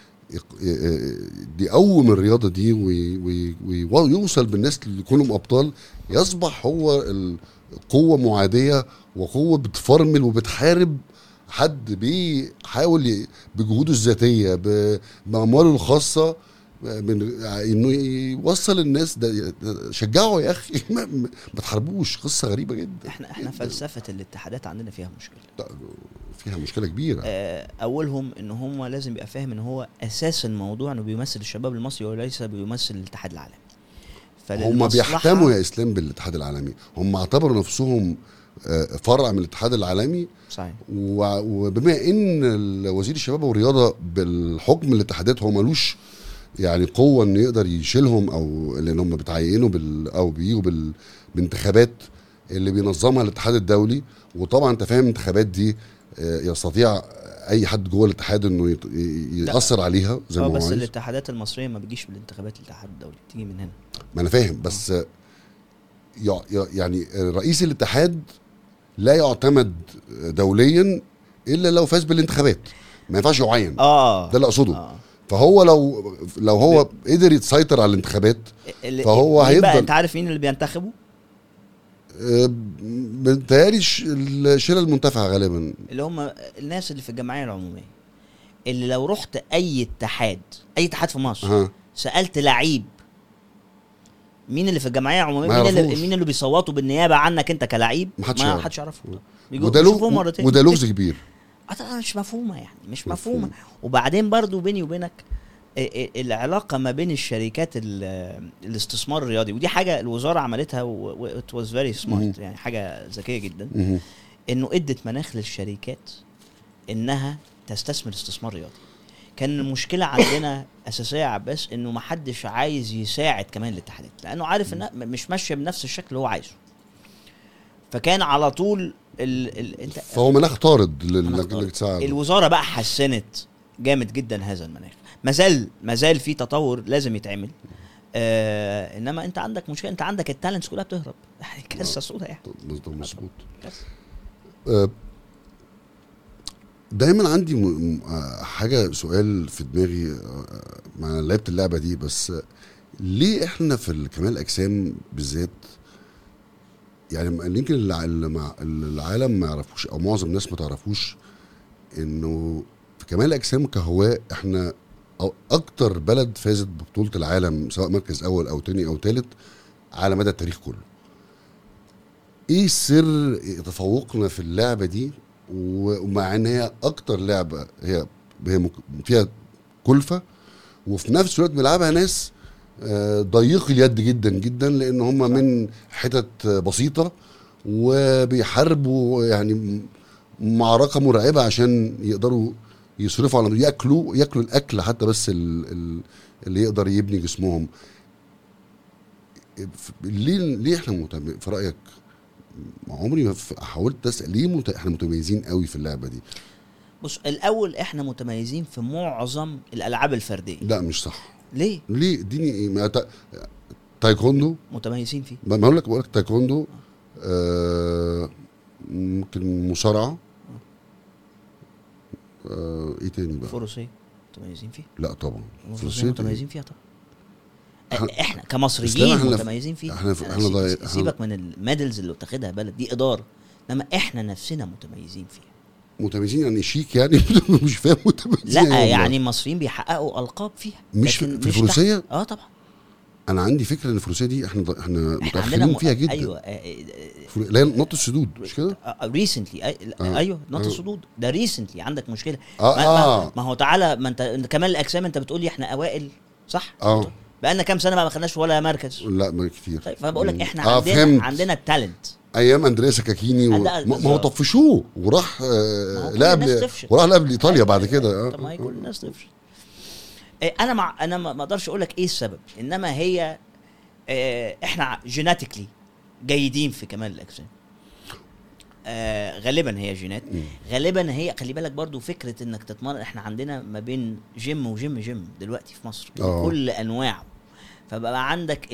يقوم الرياضه دي ويوصل بالناس اللي يكونوا ابطال، يصبح هو قوه معاديه وقوه بتفرمل وبتحارب حد بيحاول بجهوده الذاتيه بامواله الخاصه انه يوصل الناس ده. شجعوا يا اخي ما تحاربوش. قصه غريبه جدا. احنا فلسفه الاتحادات عندنا فيها مشكله. فيها مشكله كبيره. اولهم ان هم لازم يبقى فاهم ان هو اساس الموضوع انه بيمثل الشباب المصري وليس بيمثل الاتحاد العالمي. هم بيحتموا يا اسلام بالاتحاد العالمي، هم اعتبروا نفسهم فرع من الاتحاد العالمي. صحيح. وبما ان وزير الشباب والرياضه بالحكم الاتحادات هو ملوش يعني قوه انه يقدر يشيلهم، او لان هم بتعينوا او بيجوا بانتخابات اللي بينظمها الاتحاد الدولي. وطبعا انت فاهم الانتخابات دي يستطيع اي حد جوه الاتحاد انه ياثر عليها زي ما هو عايز. بس الاتحادات المصريه ما بيجيش بالانتخابات الاتحاد الدولي، تيجي من هنا. ما انا فاهم، بس يعني رئيس الاتحاد لا يعتمد دوليا الا لو فاز بالانتخابات، ما ينفعش يعين. ده اللي اقصده. فهو لو هو قدر يتسيطر على الانتخابات فهو هيفضل. انت عارف مين اللي بينتخبوا؟ بتهيألي الشلة المنتفعة غالبا، اللي هم الناس اللي في الجمعية العمومية، اللي لو رحت اي اتحاد في مصر سالت لعيب مين اللي في الجمعيه العموميه، ما مين يعرفوش. اللي بيصوتوا بالنيابه عنك انت كلاعب، محدش ما يعرف. حدش يعرفه. وده لغز كبير. طبعا مش مفهومه، يعني مش مفهومه. وبعدين برضو بيني وبينك العلاقه ما بين الشركات الاستثمار الرياضي، ودي حاجه الوزاره عملتها وات واز فيري سمارت، يعني حاجه ذكيه جدا، انه ادت مناخ للشركات انها تستثمر استثمار رياضي. كان المشكله عندنا اساسيه يا عباس انه ما حدش عايز يساعد كمان الاتحادات، لانه عارف انها مش ماشيه بنفس الشكل اللي هو عايزه، فكان على طول انت فهو مناخ طارد انك تساعد. الوزاره بقى حسنت جامد جدا هذا المناخ. ما زال في تطور لازم يتعمل، انما انت عندك مشكله، انت عندك التالنتس كلها بتهرب، كارثه سوداء يعني. مظبوط. دايما عندي حاجه سؤال في دماغي مع لعبه اللعبه دي، بس ليه احنا في كمال الاجسام بالذات، يعني يمكن العالم ما يعرفوش او معظم الناس ما تعرفوش انه في كمال الاجسام كهواء احنا اكتر بلد فازت ببطوله العالم، سواء مركز اول او تاني او تالت على مدى التاريخ كله. ايه سر تفوقنا في اللعبه دي، ومع ان هي اكتر لعبه هي فيها كلفه، وفي نفس الوقت بيلعبها ناس ضيق اليد جدا جدا، لان هم من حتت بسيطه وبيحاربوا يعني معركه مرعبه عشان يقدروا يصرفوا على ياكلوا الاكل حتى بس اللي يقدر يبني جسمهم. ليه احنا في رايك؟ عمري ما حاولت اسال ليه احنا متميزين قوي في اللعبه دي. بص، الاول احنا متميزين في معظم الالعاب الفرديه. لا مش صح. ليه اديني تايكوندو متميزين فيه. ما بقول لك تايكوندو، ممكن مصارعه، ايه تاني بقى؟ فروسيه متميزين فيه. لا طبعا فروسيه متميزين فيها طبعا. احنا كمصريين متميزين فيه. احنا سيبك من الميدلز اللي بتاخدها بلد دي اداره، انما احنا نفسنا متميزين فيها. متميزين يعني شيك يعني مش فاهم متميزين. لا يعني المصريين بيحققوا القاب فيها، مش في الفروسيه. طبعا انا عندي فكره ان الفروسيه دي احنا متاخرين فيها جدا. ايوه لا نط السدود مش كده؟ ريسنتلي ايوه نط السدود ده ريسنتلي عندك مشكله. ما هو تعالى، ما انت كمال الاجسام انت بتقول لي احنا اوائل صح؟ بقالنا كام سنه ما خدناش ولا مركز. لا ما كتير. طيب فبقول لك احنا عندنا التالنت. ايام اندريا ساكاكيني ما هو طفشوه وراح لعب لايطاليا بعد كده. طب ما هي كل الناس تفشل. انا ما اقدرش اقول لك ايه السبب، انما هي احنا جيناتيكلي جيدين في كمال الاجسام. غالبا هي جينات، غالبا هي. خلي بالك برضو فكره انك تتمرن، احنا عندنا ما بين جيم وجيم دلوقتي في مصر كل انواعه، فبقى عندك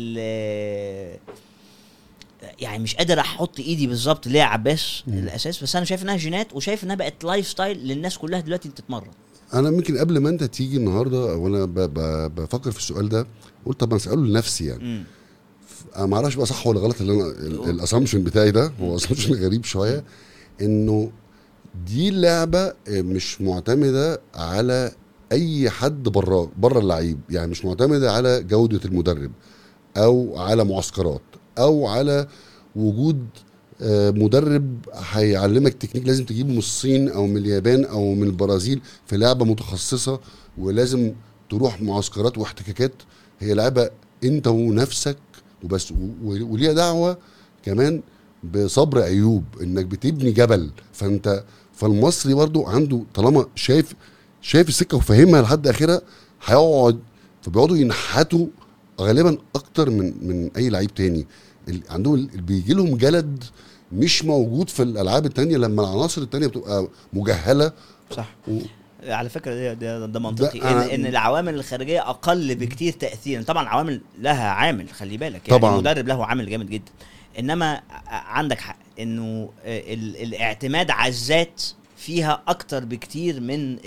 يعني مش قادر احط ايدي بالظبط ليه عباس الاساس، بس انا شايف انها جينات، وشايف انها بقت لايف ستايل للناس كلها دلوقتي تتمرن. انا يمكن قبل ما انت تيجي النهارده وانا بفكر في السؤال ده قلت طب ما اساله لنفسي يعني. انا ما اعرفش بقى صح ولا غلط، اللي انا الاسامبشن بتاعي ده هو اسامبشن غريب شويه، انه دي اللعبه مش معتمده على اي حد بره اللعيب، يعني مش معتمده على جوده المدرب او على معسكرات او على وجود مدرب هيعلمك تكنيك لازم تجيبه من الصين او من اليابان او من البرازيل في لعبه متخصصه، ولازم تروح معسكرات واحتكاكات. هي لعبه انت ونفسك وبس، وليها دعوه كمان بصبر ايوب، انك بتبني جبل. فالمصري برضو عنده طالما شايف السكه وفاهمها لحد اخرها هيقعد، فبيقعدوا ينحتوا غالبا اكتر من اي لعيب تاني. عندهم بيجي لهم جلد مش موجود في الالعاب التانية لما العناصر التانية بتبقى مجهله. صح. على فكره ده منطقي ان العوامل الخارجيه اقل بكتير تاثيرا. طبعا العوامل لها عامل، خلي بالك يعني طبعا. المدرب له عامل جامد جدا، انما عندك حق انه الاعتماد على الذات فيها اكتر بكتير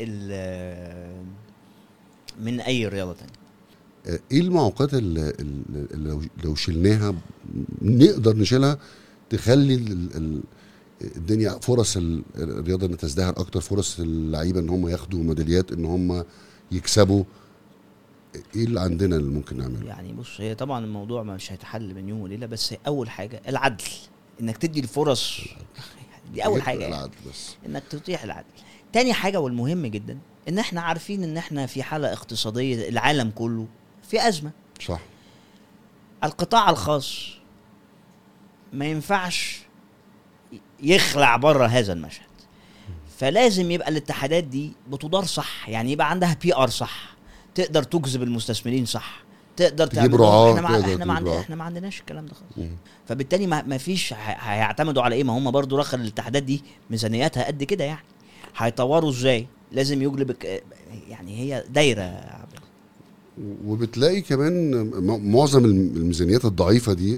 من اي رياضه تانية. ايه المعوقات اللي لو شلناها نقدر نشيلها تخلي الدنيا فرص الرياضه ان تزدهر اكتر، فرص اللعيبه ان هم ياخدوا ميداليات، ان هم يكسبوا؟ ايه اللي عندنا اللي ممكن نعمله؟ يعني بص، هي طبعا الموضوع مش هيتحل من يوم وليله، بس اول حاجه العدل، انك تدي الفرص. دي اول حاجه يعني. العدل بس. انك تتيح العدل. تاني حاجه والمهم جدا، ان احنا عارفين ان احنا في حاله اقتصاديه، العالم كله في ازمه. صح. القطاع الخاص ما ينفعش يخلع بره هذا المشهد، فلازم يبقى الاتحادات دي بتدار صح، يعني يبقى عندها PR صح، تقدر تجذب المستثمرين صح، تقدر تجيب رعاة. احنا ما عندناش الكلام ده خالص. فبالتالي ما فيش هيعتمدوا على ايه؟ ما هم برضو رخر الاتحادات دي ميزانياتها قد كده، يعني هيطوروا ازاي؟ لازم يجلب، يعني هي دايره. وبتلاقي كمان معظم الميزانيات الضعيفه دي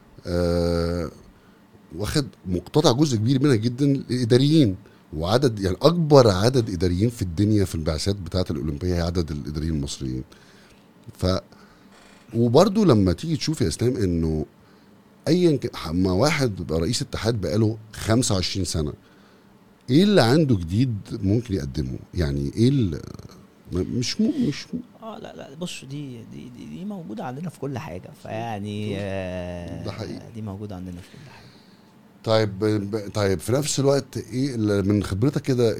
واخد مقتطع جزء كبير منها جدا الاداريين، وعدد يعني اكبر عدد اداريين في الدنيا في البعثات بتاعه الاولمبيه هي عدد الاداريين المصريين. وبرضو لما تيجي تشوف يا اسلام انه ايا ما واحد بقى رئيس اتحاد بقاله 25 سنه، ايه اللي عنده جديد ممكن يقدمه؟ يعني ايه اللي مش لا بص، دي موجوده عندنا في كل حاجه، فيعني ده حقيقي، دي موجوده عندنا في كل حاجه. طيب في نفس الوقت ايه من خبرتك كده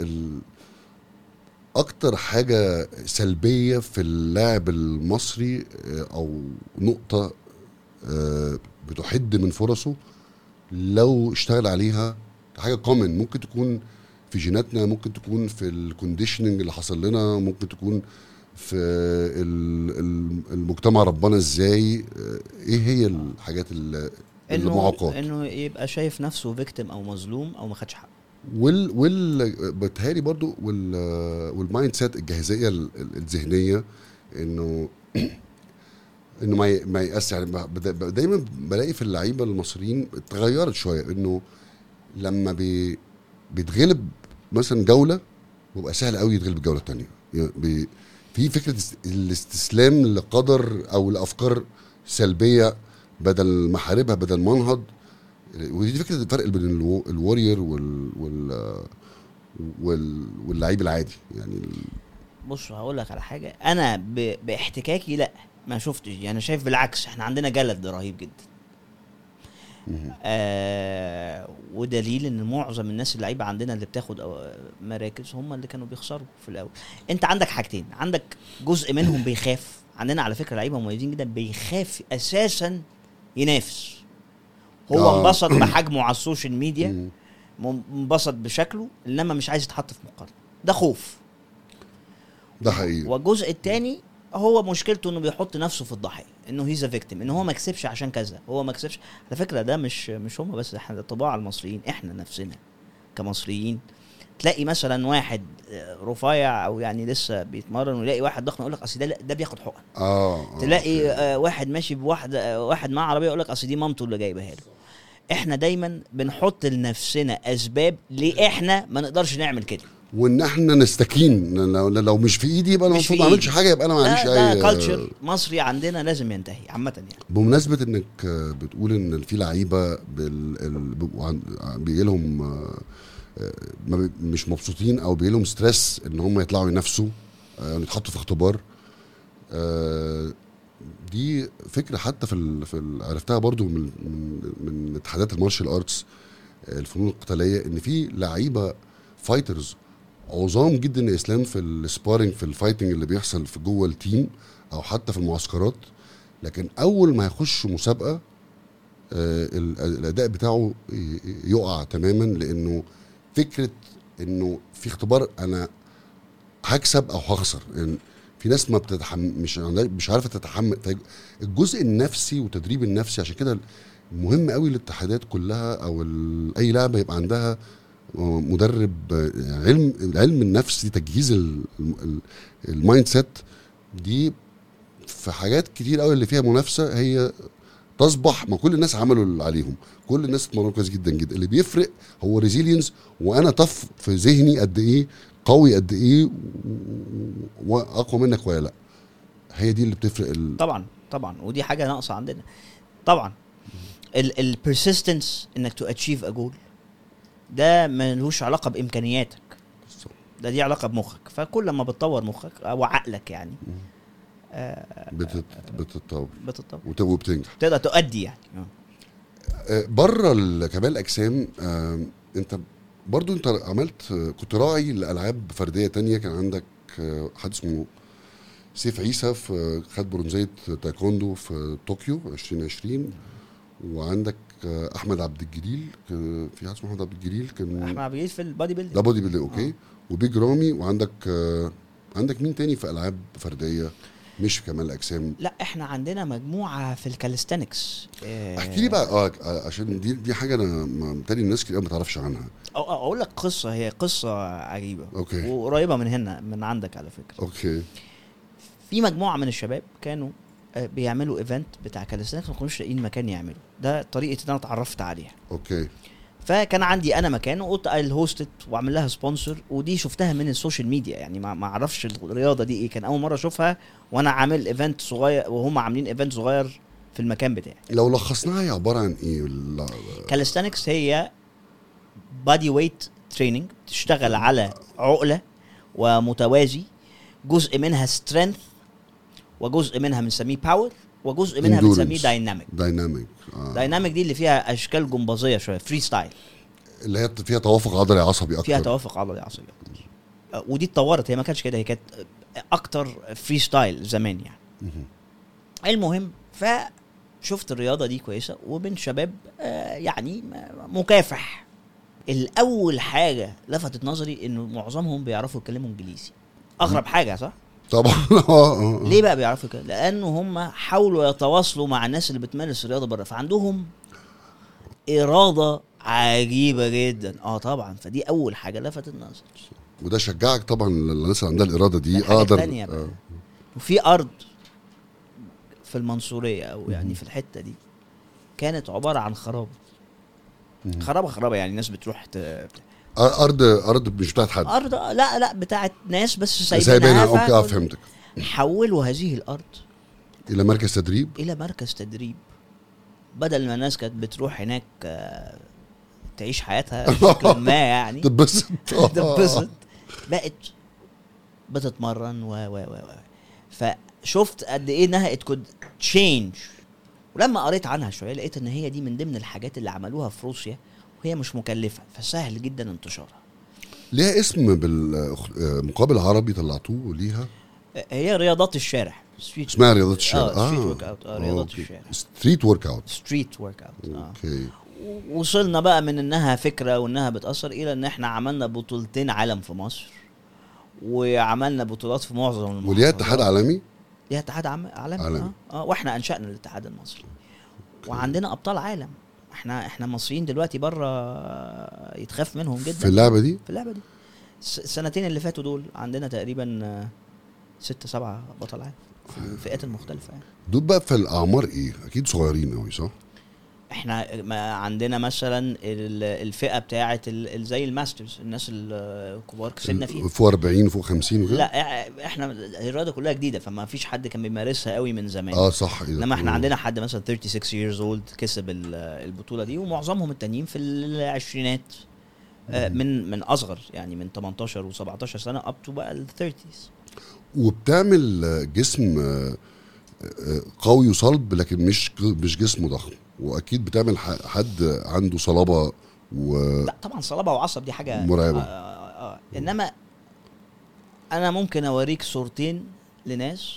اكتر حاجه سلبيه في اللاعب المصري او نقطه بتحد من فرصه لو اشتغل عليها؟ حاجه كومن، ممكن تكون في جيناتنا، ممكن تكون في الكونديشننج اللي حصل لنا، ممكن تكون في المجتمع ربنا ازاي. ايه هي الحاجات المعوقات؟ انه يبقى شايف نفسه فيكتيم او مظلوم او ما خدش حقه. بتهيألي برضو والمايند سيت، الجاهزيه الذهنيه، انه ما يأس. يعني دايما بلاقي في اللعيبه المصريين اتغيرت شويه، انه لما بيتغلب مثلا جوله بيبقى سهل قوي يتغلب الجوله الثانيه. يعني في فكره الاستسلام لقدر او لافكار سلبيه بدل ما حاربها، بدل ما انهض. ودي فكره الفرق بين الوارير واللعيب العادي. يعني بص هقول لك على حاجه، انا باحتكاكي لا ما شفتش، يعني شايف بالعكس احنا عندنا جلد رهيب جدا. ودليل ان معظم الناس اللعيبه عندنا اللي بتاخد مراكز هم اللي كانوا بيخسروا في الاول. انت عندك حاجتين، عندك جزء منهم بيخاف. عندنا على فكره لعيبه مميزين جدا بيخاف اساسا ينافس، هو انبسط بحجمه على السوشيال ميديا، انبسط بشكله، انما مش عايز يتحط في مقارنه، ده خوف. ده حقيقي. والجزء الثاني هو مشكلته انه بيحط نفسه في الضحيه، انه هيز فيكتيم، انه هو ما كسبش عشان كذا، هو ما كسبش. على فكره ده مش هم بس، احنا طباع المصريين، احنا نفسنا كمصريين تلاقي مثلا واحد رفيع او يعني لسه بيتمرن، ويلاقي واحد ضخم يقول لك اصل ده بياخد حقن. تلاقي واحد ماشي واحد معاه عربيه يقول لك اصل دي مامته اللي جايبها له. احنا دايما بنحط لنفسنا اسباب ليه احنا ما نقدرش نعمل كده، وان احنا نستكين. لو مش في ايدي يبقى انا المفروض ما اعملش حاجه، يبقى انا ما عنديش اي. ده كالتشر مصري عندنا لازم ينتهي عامه. يعني بمناسبه انك بتقول ان في لعيبه بيجي لهم مش مبسوطين او بيجي لهم ستريس ان هم يطلعوا ينافسوا، يعني يتحطوا في اختبار. دي فكره حتى في عرفتها برضو من اتحادات المارشال ارتس، الفنون القتاليه، ان في لعيبه فايترز عظام جدا يا اسلام في السبارينج، في الفايتنج اللي بيحصل في جوه التيم او حتى في المعسكرات، لكن اول ما يخش مسابقه الاداء بتاعه يقع تماما، لانه فكره انه في اختبار انا هكسب او هخسر. يعني في ناس ما مش عارفه تتحمل الجزء النفسي والتدريب النفسي. عشان كده مهم قوي الاتحادات كلها او اي لعبه يبقى عندها مدرب علم النفس، دي تجهيز المايند سيت. دي في حاجات كتير قوي اللي فيها منافسه هي تصبح، ما كل الناس عملوا اللي عليهم، كل الناس اتمرنوا كويس جدا جدا. اللي بيفرق هو ريزيلينس، وانا طف في ذهني قد ايه، قوي قد ايه، واقوى منك ولا لا. هي دي اللي بتفرق طبعا ودي حاجه ناقصه عندنا طبعا. البرسيستنس انك تو اتشيف ا جول ده ملوش علاقه بامكانياتك، ده دي علاقه بمخك. فكل ما بتطور مخك او عقلك يعني بتتطور وبتنجح، تقدر تؤدي يعني. بره كمال الاجسام. انت برضو انت عملت، كنت راعي لالعاب فرديه تانية. كان عندك حد اسمه سيف عيسى خد برونزيه تايكوندو في طوكيو 2020، وعندك احمد عبد الجليل، في حد اسمه احمد عبد الجليل، كان احمد عبد الجليل في البادي بيلدينج. ده بادي بيلدينج، اوكي. وبيج رامي، وعندك عندك مين تاني في العاب فرديه مش في كمال الاجسام؟ لا احنا عندنا مجموعه في الكاليستانكس. احكي لي بقى عشان دي حاجه انا متهيألي الناس كتير ما تعرفش عنها. اقول لك قصه، هي قصه عجيبه. أوكي. وقريبه من هنا من عندك على فكره. اوكي. في مجموعه من الشباب كانوا بيعملوا ايفنت بتاع كاليستانكس، ما كانوش لاقيين مكان يعملوا. ده طريقه ان انا اتعرفت عليها. اوكي. فكان عندي انا مكان، وقلت الهوستت واعمل لها سبونسر، ودي شفتها من السوشيال ميديا يعني، ما اعرفش الرياضه دي ايه. كان اول مره اشوفها وانا عامل ايفنت صغير وهم عاملين ايفنت صغير في المكان بتاعي. لو لخصناها هي عباره عن ايه؟ كاليستانكس هي بادي ويت تريننج، تشتغل على عقله ومتوازي، جزء منها سترينث، وجزء منها بنسميه باور، وجزء منها بنسميه دايناميك. دايناميك دي اللي فيها اشكال جمبازيه شويه، فري ستايل، اللي هي فيها توافق عضلي عصبي اكتر. فيها توافق عضلي عصبي اكتر. ودي اتطورت، هي ما كانتش كده، هي كانت اكتر فري ستايل زمان يعني. المهم، فشفت الرياضه دي كويسه وبين شباب يعني مكافح. الاول حاجه لفتت نظري انه معظمهم بيعرفوا يتكلموا انجليزي. اغرب حاجه صح؟ طبعا. ليه بقى بيعرفوا كده؟ لانه هم حاولوا يتواصلوا مع الناس اللي بتمارس الرياضه بره، فعندهم اراده عجيبه جدا. طبعا، فدي اول حاجه لفتت نظري. وده شجعك طبعا الناس اللي عندها الاراده دي. وفي ارض في المنصوريه او يعني في الحته دي كانت عباره عن خرابه يعني الناس بتروح ارض مش بتاعت حد، ارض لا بتاعت ناس بس سايبينها. اوكي فهمتك. حولوا هذه الارض الى مركز تدريب، بدل ما الناس كانت بتروح هناك تعيش حياتها بشكل ما يعني تبسط بقت بتتمرن فشفت قد ايه انها it could change. ولما قريت عنها شويه لقيت ان هي دي من ضمن الحاجات اللي عملوها في روسيا، وهي مش مكلفه، فسهل جدا انتشارها. ليها اسم بالمقابل عربي طلعتوه ليها؟ هي رياضات الشارع. اسمها رياضات الشارع. ستريت ورك اوت. رياضات الشارع. ستريت ورك اوت. اوكي. وصلنا بقى من انها فكره وانها بتاثر الى ان احنا عملنا بطولتين عالم في مصر، وعملنا بطولات في معظم المحافظات. وليها اتحاد عالمي. ليها اتحاد عالمي. واحنا انشأنا الاتحاد المصري. وعندنا ابطال عالم. احنا مصريين دلوقتي بره يتخاف منهم جدا في اللعبه دي. السنتين اللي فاتوا دول عندنا تقريبا 6-7 بطل عالم في الفئات المختلفه يعني. دول بقى في الاعمار ايه؟ اكيد صغيرين قوي صح؟ احنا عندنا مثلا الفئه بتاعه زي الماسترز، الناس الكبار كسبنا فيها فوق 40 فوق 50 وكده. لا احنا الرياضه كلها جديده، فما فيش حد كان بيمارسها قوي من زمان. صح. انما احنا عندنا حد مثلا 36 years old كسب البطوله دي، ومعظمهم التانيين في العشرينات، من اصغر يعني من 18 و17 سنه اب تو بقى ال30s. وبتعمل جسم قوي وصلب، لكن مش جسم ضخم. واكيد بتعمل حد عنده صلابه لا طبعا صلابه وعصب دي حاجه مرعبه. انما انا ممكن اوريك صورتين لناس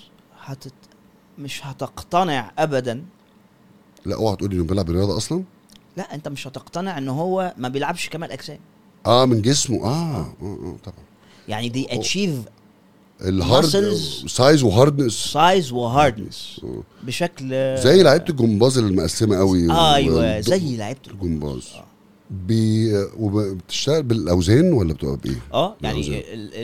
مش هتقتنع ابدا. لا اوعى تقولي انه بيلعب رياضه اصلا. لا انت مش هتقتنع ان هو ما بيلعبش كمال اجسام. من جسمه. طبعا يعني دي اتشيف الهارد سايز وهاردنس بشكل زي لعيبه الجمباز المقسمه قوي. ايوه زي لعيبه الجمباز. وبتشتغل بالاوزان ولا بتبقى بايه؟ يعني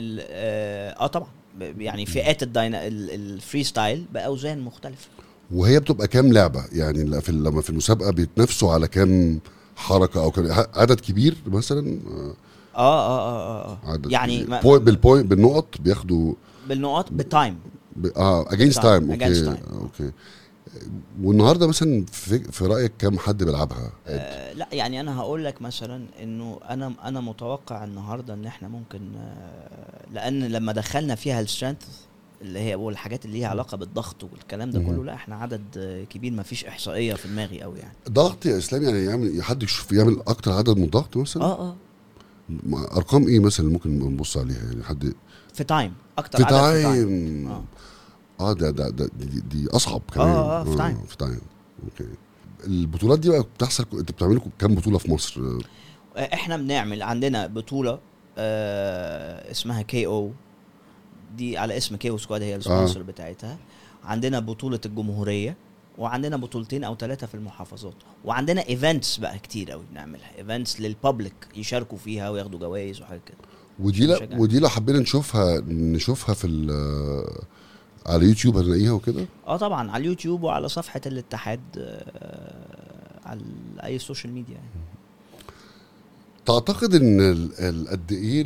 طبعا يعني فئات الفري ستايل باوزان مختلفه. وهي بتبقى كام لعبه يعني؟ لما في المسابقه بيتنافسوا على كام حركه او كام عدد كبير مثلا؟ يعني بالنقط بياخدوا بالنقط بالتايم. اجينست تايم. اوكي. والنهارده مثلا في رايك كم حد بيلعبها؟ لا يعني انا هقول لك مثلا انه انا متوقع النهارده ان احنا ممكن لان لما دخلنا فيها السترينث اللي هي والحاجات اللي ليها علاقه بالضغط والكلام ده كله، لا احنا عدد كبير، ما فيش احصائيه في دماغي قوي يعني. ضغط يا اسلام يعني يعمل حد يشوف يعمل اكتر عدد من الضغط مثلا؟ ارقام ايه مثلا ممكن نبص عليها يعني؟ حد في تايم اكتر في عدد تايم. دي اصعب كمان. في تايم. اوكي. البطولات دي بقى بتحصل، انت بتعملوا كام بطوله في مصر؟ احنا بنعمل عندنا بطوله اسمها KO، دي على اسم KO سكواد، هي السبونسر بتاعتها. عندنا بطوله الجمهوريه، وعندنا بطولتين او 3 في المحافظات، وعندنا ايفنتس بقى كتير قوي بنعملها، ايفنتس للبابليك يشاركوا فيها وياخدوا جوائز وحاجات كده. ودي لو حبينا نشوفها في على يوتيوب هنلاقيها وكده. طبعا على اليوتيوب وعلى صفحه الاتحاد على اي سوشيال ميديا يعني. تعتقد ان قد ايه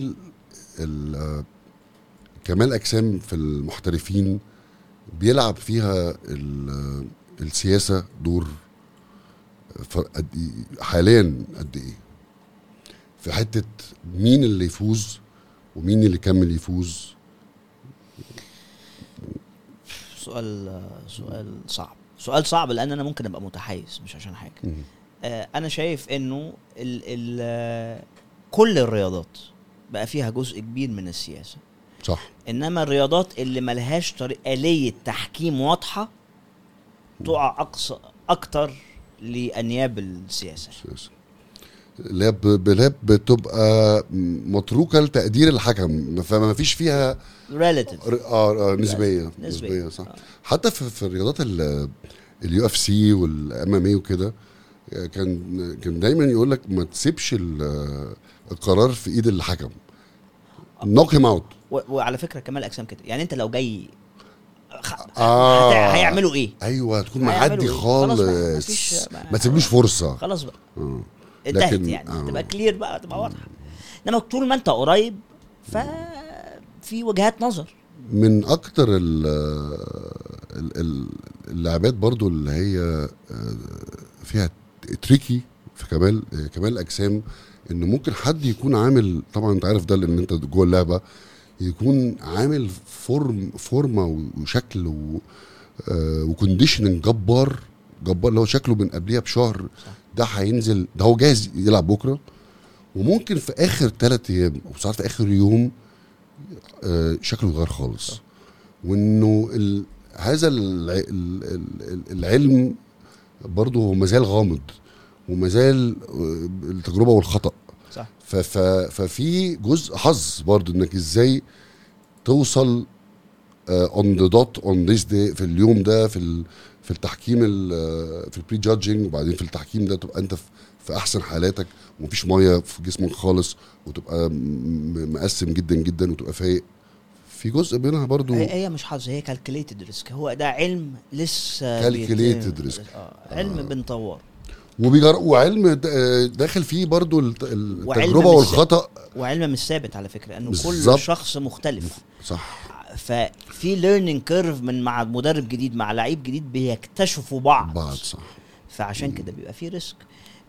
كمال اجسام في المحترفين بيلعب فيها السياسه دور حاليا؟ قد ايه في حته مين اللي يفوز ومين اللي يكمل يفوز؟ سؤال صعب لان انا ممكن ابقى متحيز مش عشان حاجه. انا شايف انه كل الرياضات بقى فيها جزء كبير من السياسه، صح. انما الرياضات اللي ملهاش آلية تحكيم واضحه تقع اكتر لانياب السياسه، اللي بتبقى متروكه لتقدير الحكم، فما فيش فيها relative نسبيه صح. حتى في الرياضات UFC والMMA وكده كان دايما يقول لك ما تسيبش القرار في ايد الحكم، knock him out. وعلى فكره كمال اجسام كده يعني، انت لو جاي هيعملوا ايه؟ ايوه تكون معدي خالص، ما تسيبلوش فرصه خلاص بقى انتهت يعني. تبقى كلير بقى، تبقى واضحه. انما طول ما انت قريب ففي وجهات نظر. من اكتر اللعبات برضو اللي هي فيها تريكي في كمال الاجسام، انه ممكن حد يكون عامل، طبعا انت عارف ده لان انت جوه اللعبه، يكون عامل فورمه وشكل وكونديشننج جبار اللي هو شكله من قبلها بشهر، ده هينزل، ده هو جاهز يلعب بكره، وممكن في اخر 3 ايام او ساعات في اخر يوم شكله يتغير خالص. وانه هذا العلم برضه هو مازال غامض، ومازال التجربه والخطا. صح. ففي جزء حظ برضه، انك ازاي توصل اون ذا دوت اون ذيس داي، في اليوم ده، في التحكيم، في البري جادجنج، وبعدين في التحكيم ده تبقى انت في احسن حالاتك، ومفيش ميه في جسمك خالص، وتبقى مقسم جدا جدا، وتبقى فايق. في جزء منها برضو هي مش حظ، هي كالكوليتد ريسك. هو ده علم لسه كالكوليتد ريسك، علم بنطور وعلم داخل فيه برضو التجربه والخطا، وعلم مش ثابت على فكره، انه بالزبط. كل شخص مختلف. صح. ففي ليرنينج كيرف مع مدرب جديد مع لعيب جديد بيكتشفوا بعض. صح. فعشان كده بيبقى فيه ريسك.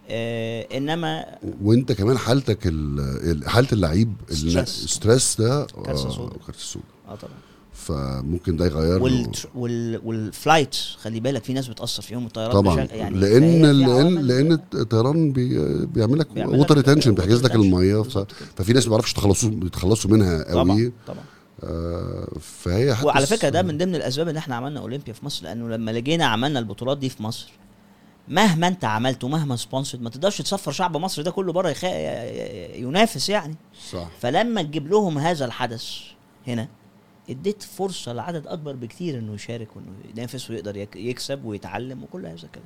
انما وانت كمان حالتك حاله اللعيب الستريس ده كارثه سوداء طبعا. فممكن ده يغير والفلايت، خلي بالك في ناس بتاثر فيهم الطيران طبعا يعني، لان الطيران بيعمل لك ووتر ريتنشن، بيحجز لك الميه، ففي ناس ما بيعرفش يتخلصوا منها قوي طبعا. فهي وعلى فكره ده من ضمن الاسباب ان احنا عملنا اولمبيا في مصر، لانه لما لجينا عملنا البطولات دي في مصر، مهما انت عملت ومهما سبونسرد ما تقدرش تسفر شعب مصر ده كله بره ينافس يعني. صح. فلما تجيب لهم هذا الحدث هنا، اديت فرصه لعدد اكبر بكتير انه يشارك وانه ينافس ويقدر يكسب ويتعلم وكل هذا الكلام.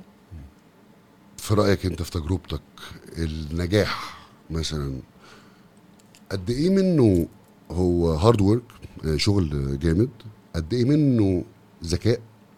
في رايك انت، في تجربتك، النجاح مثلا قد ايه منه هو هارد وورك، شغل جامد، قد ايه منه ذكاء،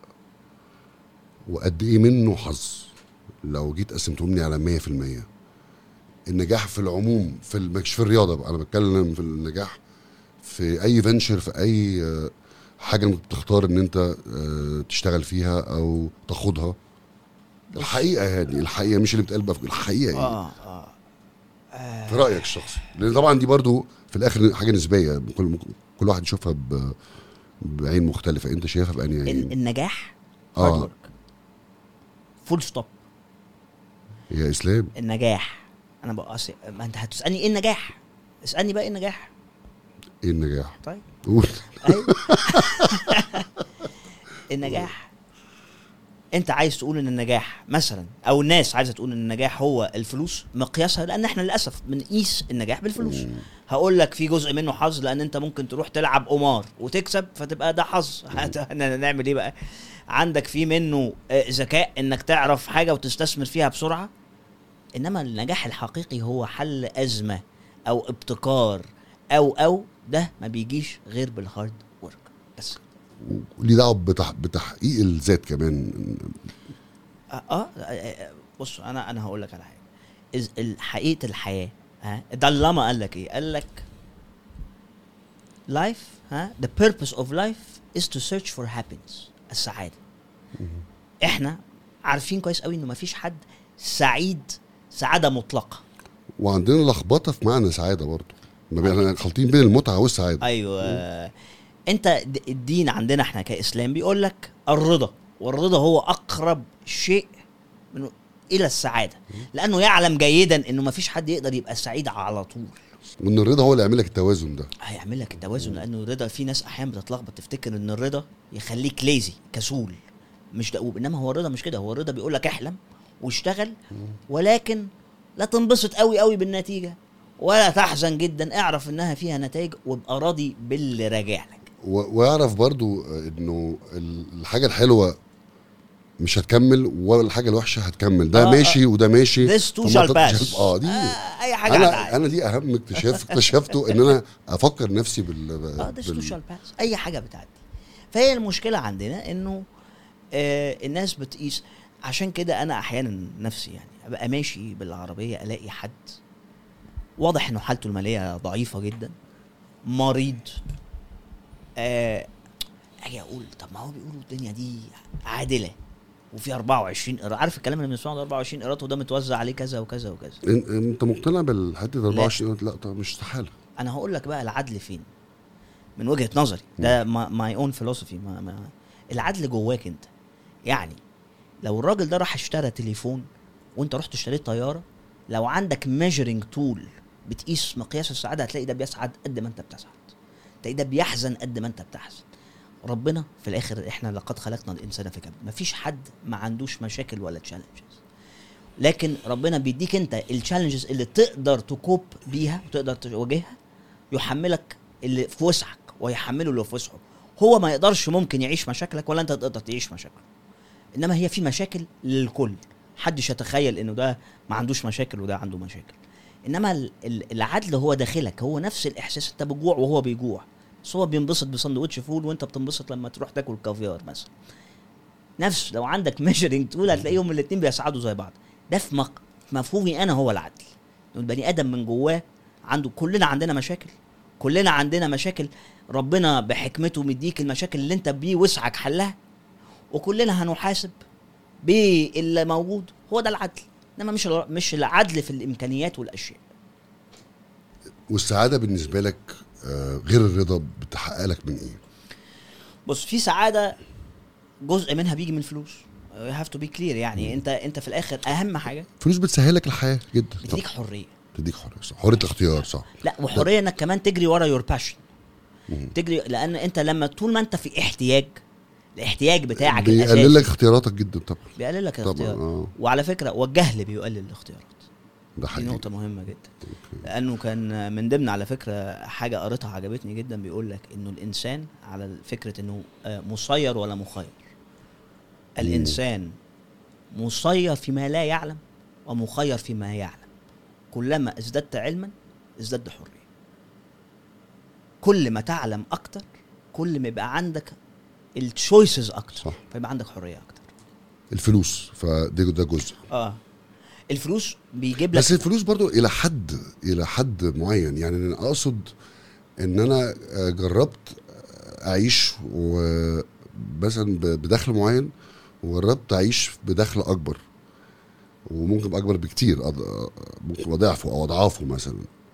وقد ايه منه حظ؟ لو جيت قسمتهم لي على 100%، النجاح في العموم، مش في الرياضه بقى، انا بتكلم في النجاح في اي فينشر، في اي حاجه انت بتختار ان انت تشتغل فيها او تاخدها، الحقيقه يعني، الحقيقه مش اللي بتقال بقى، الحقيقه ايه في رايك الشخصي؟ لان طبعا دي برضو في الاخر حاجه نسبيه، كل واحد يشوفها بعين مختلفه، انت شايفها بأني عين؟ النجاح هارد ورك فول ستوب. يا اسلام النجاح انا بقى ما انت هتسالني ايه النجاح، اسالني بقى ايه النجاح. ايه النجاح؟ طيب قول. أيوة. النجاح انت عايز تقول ان النجاح مثلا، او الناس عايزه تقول ان النجاح هو الفلوس مقياسها، لان احنا للاسف بنقيس النجاح بالفلوس. هقول لك في جزء منه حظ، لان انت ممكن تروح تلعب قمار وتكسب فتبقى ده حظ. نعمل ايه بقى؟ عندك في منه ذكاء انك تعرف حاجه وتستثمر فيها بسرعه. انما النجاح الحقيقي هو حل ازمه او ابتكار او ده ما بيجيش غير بالهارد ورك بس. ليه دعوه بتحقيق الذات كمان. بص انا هقول لك على حاجه. حقيقه الحياه ده اللي قال لك ايه؟ قال لك life the purpose of life is to search for happiness. السعاده. احنا عارفين كويس قوي انه مفيش حد سعيد سعاده مطلقه، وعندنا لخبطه في معنى سعاده برضو، ما خالطين بين المتعه والسعاده. ايوه. انت الدين عندنا احنا كاسلام بيقول لك الرضا، والرضا هو اقرب شيء الى السعاده، لانه يعلم جيدا انه مفيش حد يقدر يبقى سعيد على طول، وان الرضا هو اللي يعمل لك التوازن ده. هيعمل لك التوازن. لانه الرضا في ناس احيانا بتتلخبط تفتكر ان الرضا يخليك ليزي كسول مش دؤوب، انما هو الرضا مش كده. هو الرضا بيقول لك احلم واشتغل، ولكن لا تنبسط قوي بالنتيجه ولا تحزن جدا، اعرف انها فيها نتائج وابقى راضي باللي راجع لك. واعرف برضو انه الحاجه الحلوه مش هتكمل ولا الحاجه الوحشه هتكمل، ده ماشي وده ماشي. this too shall pass. دي اي حاجه انا دي اهم اكتشفته ان انا افكر نفسي this too shall pass. اي حاجه بتعدي. فهي المشكله عندنا انه الناس بتقيس. عشان كده انا احيانا نفسي يعني ابقى ماشي بالعربيه الاقي حد واضح انه حالته الماليه ضعيفه جدا، مريض، اجي اقول طب ما هو بيقولوا الدنيا دي عادله وفي 24 قراط. عارف الكلام اللي بنسمعه ده 24 قراط وده متوزع عليه كذا وكذا وكذا. انت مقتنع بالحته 24 قراط؟ لا طب مش استحاله. انا هقول لك بقى العدل فين من وجهه نظري، ده ماي اون فيلوسفي. العدل جواك انت. يعني لو الراجل ده راح اشترى تليفون وانت رحت اشتريت طياره، لو عندك ميجرنج تول بتقيس مقياس السعاده هتلاقي ده بيسعد قد ما انت بتسعد، تلاقي ده بيحزن قد ما انت بتحزن. ربنا في الاخر احنا لقد خلقنا الانسان في كبد، مفيش حد ما عندوش مشاكل ولا تشالنجز، لكن ربنا بيديك انت التشالنجز اللي تقدر تكوب بيها وتقدر تواجهها، يحملك اللي في وسعك ويحمله اللي في وسعه. هو ما يقدرش ممكن يعيش مشاكلك ولا انت تقدر تعيش مشاكله، انما هي في مشاكل للكل. حدش يتخيل انه ده ما عندوش مشاكل وده عنده مشاكل. انما العدل هو داخلك، هو نفس الاحساس. انت بتجوع وهو بيجوع، بس هو بينبسط بساندوتش فول وانت بتنبسط لما تروح تاكل كافيار مثلا. نفس لو عندك ميجرنج تقول هتلاقيهم الاثنين بيسعدوا زي بعض. ده في مفهومي انا هو العدل. البني ادم من جواه عنده، كلنا عندنا مشاكل، كلنا عندنا مشاكل. ربنا بحكمته مديك المشاكل اللي انت بيه وسعك حلها، وكلنا هنحاسب باللي موجود. هو ده العدل، انما مش العدل في الامكانيات والاشياء. والسعاده بالنسبه لك غير الرضا بتحقق لك من ايه؟ بص، في سعاده جزء منها بيجي من الفلوس. you have to be clear. يعني انت في الاخر اهم حاجه فلوس بتسهلك الحياه جدا، بتديك حريه، صح. حريه الاختيار، صح. لا وحريه انك كمان تجري ورا يور باشن، تجري. لان انت لما طول ما انت في الاحتياج بتاعك الاساسي بيقلل لك اختياراتك جدا. طبعا بيقلل لك الاختيار. وعلى فكره والجهل بيقلل الاختيارات. ده حقيقي. دي نقطه مهمه جدا. لانه كان من ضمن على فكره حاجه قريتها عجبتني جدا، بيقول لك انه الانسان على فكره انه مسير ولا مخير. الانسان مسير فيما لا يعلم ومخير فيما يعلم. كلما ازددت علما ازددت حريه. كل ما تعلم اكتر كل ما يبقى عندك التشويسز اكتر، صح. فيبقى عندك حريه اكتر. الفلوس ده جزء. الفلوس بيجيب لك، بس الفلوس برضو الى حد معين. يعني انا اقصد ان انا جربت اعيش مثلا بدخل معين، وجربت اعيش بدخل اكبر، وممكن اكبر بكتير، ممكن اضعفه او اضعافه مثلا.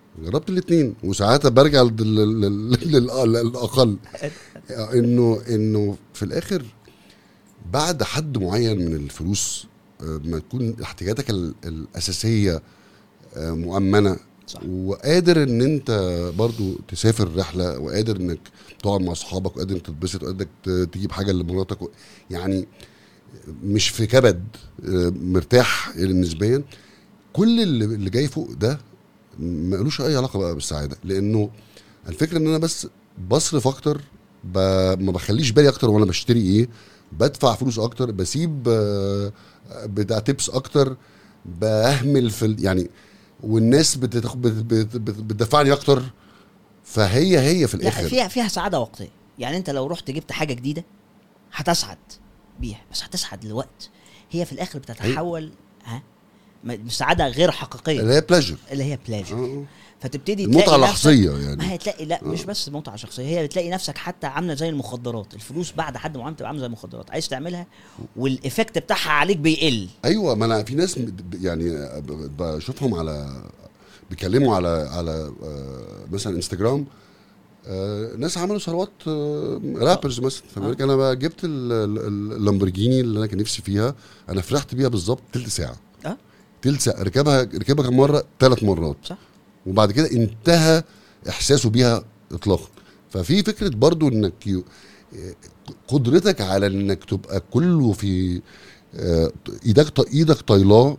جربت الاثنين، وساعات برجع للاقل. انه في الاخر بعد حد معين من الفلوس ما تكون احتياجاتك الاساسيه مؤمنه، صح. وقادر ان انت برضو تسافر رحله، وقادر انك تقعد مع اصحابك، وقادر انك تتبسط، وقادر انك تجيب حاجه لمراتك، يعني مش في كبد، مرتاح نسبيا. كل اللي جاي فوق ده ما لوش اي علاقه بقى بالسعاده، لانه الفكره ان انا بس بصرف اكتر، ما بخليش بالي اكتر وانا بشتري ايه، بدفع فلوس اكتر، بسيب بتاع تيبس اكتر، بهمل في يعني، والناس بتدفعني اكتر. فهي في الاخر فيها سعاده وقتيه. يعني انت لو رحت جبت حاجه جديده هتسعد بيها، بس هتسعد للوقت. هي في الاخر بتتحول سعاده غير حقيقيه، اللي هي بلاجر، فتبتدي المتعه لحظيه يعني. ما هتلاقي لا مش بس متعه شخصيه، هي بتلاقي نفسك حتى عامله زي المخدرات. الفلوس بعد حد معين بتبقى عامله زي المخدرات، عايز تعملها والايفكت بتاعها عليك بيقل. ايوه، ما انا في ناس يعني بشوفهم بيكلموا على مثلا انستجرام، ناس عملوا ثروات، رابرز مثلا في امريكا. انا بقى جبت اللامبورجيني اللي انا كان نفسي فيها، انا فرحت بيها بالظبط تلت ساعه. تلت ساعه ركبها كم مره؟ 3 مرات، صح. وبعد كده انتهى احساسه بيها اطلاقا. ففي فكره برضو انك قدرتك على انك تبقى كله في ايدك طايلاه،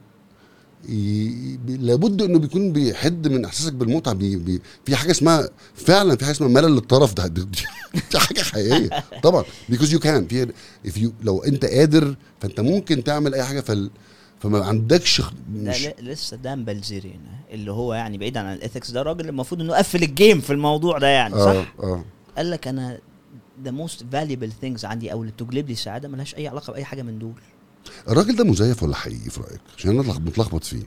لابد انه بيكون بيحد من احساسك بالمتعه. في حاجه اسمها فعلا، في حاجه اسمها ملل للطرف ده. دي حاجه حقيقيه طبعا، because you can لو انت قادر فانت ممكن تعمل اي حاجه. فما عندكش لسه دان بلزيرين اللي هو يعني بعيد عن الاثكس، ده راجل المفروض انه قفل الجيم في الموضوع ده يعني، صح. قال لك انا the most valuable things عندي او اللي بتجلب لي السعاده ملهاش اي علاقه باي حاجه من دول. الراجل ده مزيف ولا حقيقي في رايك؟ عشان انا متلخبط فيه.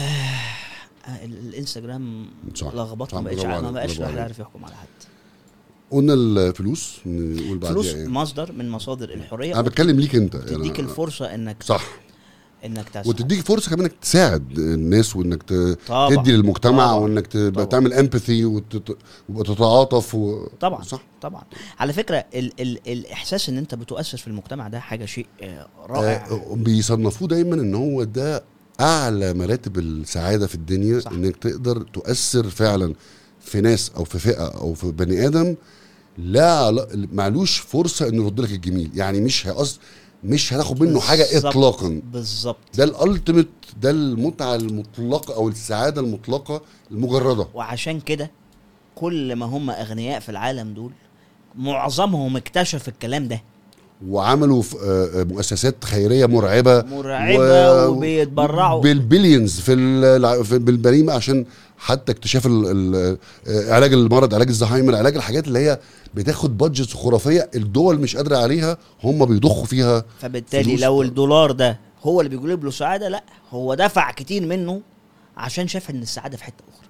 الانستجرام لخبط، ما بقاش الواحد عارف يحكم على حد. قلنا الفلوس، نقول بعدها فلوس مصدر من مصادر الحريه. انا بتكلم ليك انت، تديك الفرصه انك صح، انك تساعد، وتديك فرصه كمان انك تساعد الناس، وانك تدي للمجتمع، وانك تعمل امباثي وتتعاطف طبعا صح. طبعا على فكره الاحساس ان انت بتؤثر في المجتمع ده حاجه شيء رائع. بيصنفوه دايما ان هو ده اعلى مراتب السعاده في الدنيا، صح. انك تقدر تؤثر فعلا في ناس او في فئه او في بني ادم لا معلوش فرصه انه يرد لك الجميل، يعني مش هتاخد منه حاجه اطلاقا. بالظبط، ده الالتيميت، ده المتعه المطلقه او السعاده المطلقه المجرده. وعشان كده كل ما هم اغنياء في العالم دول معظمهم اكتشف الكلام ده، وعملوا مؤسسات خيريه مرعبه وبيتبرعوا بالبليونز في بالبريمه عشان حتى اكتشاف علاج المرض، علاج الزهايمر، علاج الحاجات اللي هي بتاخد بادجتس خرافيه الدول مش قادره عليها، هم بيضخوا فيها. فبالتالي لو الدولار ده هو اللي بيجيب له سعاده، لا هو دفع كتير منه عشان شاف ان السعاده في حته اخرى،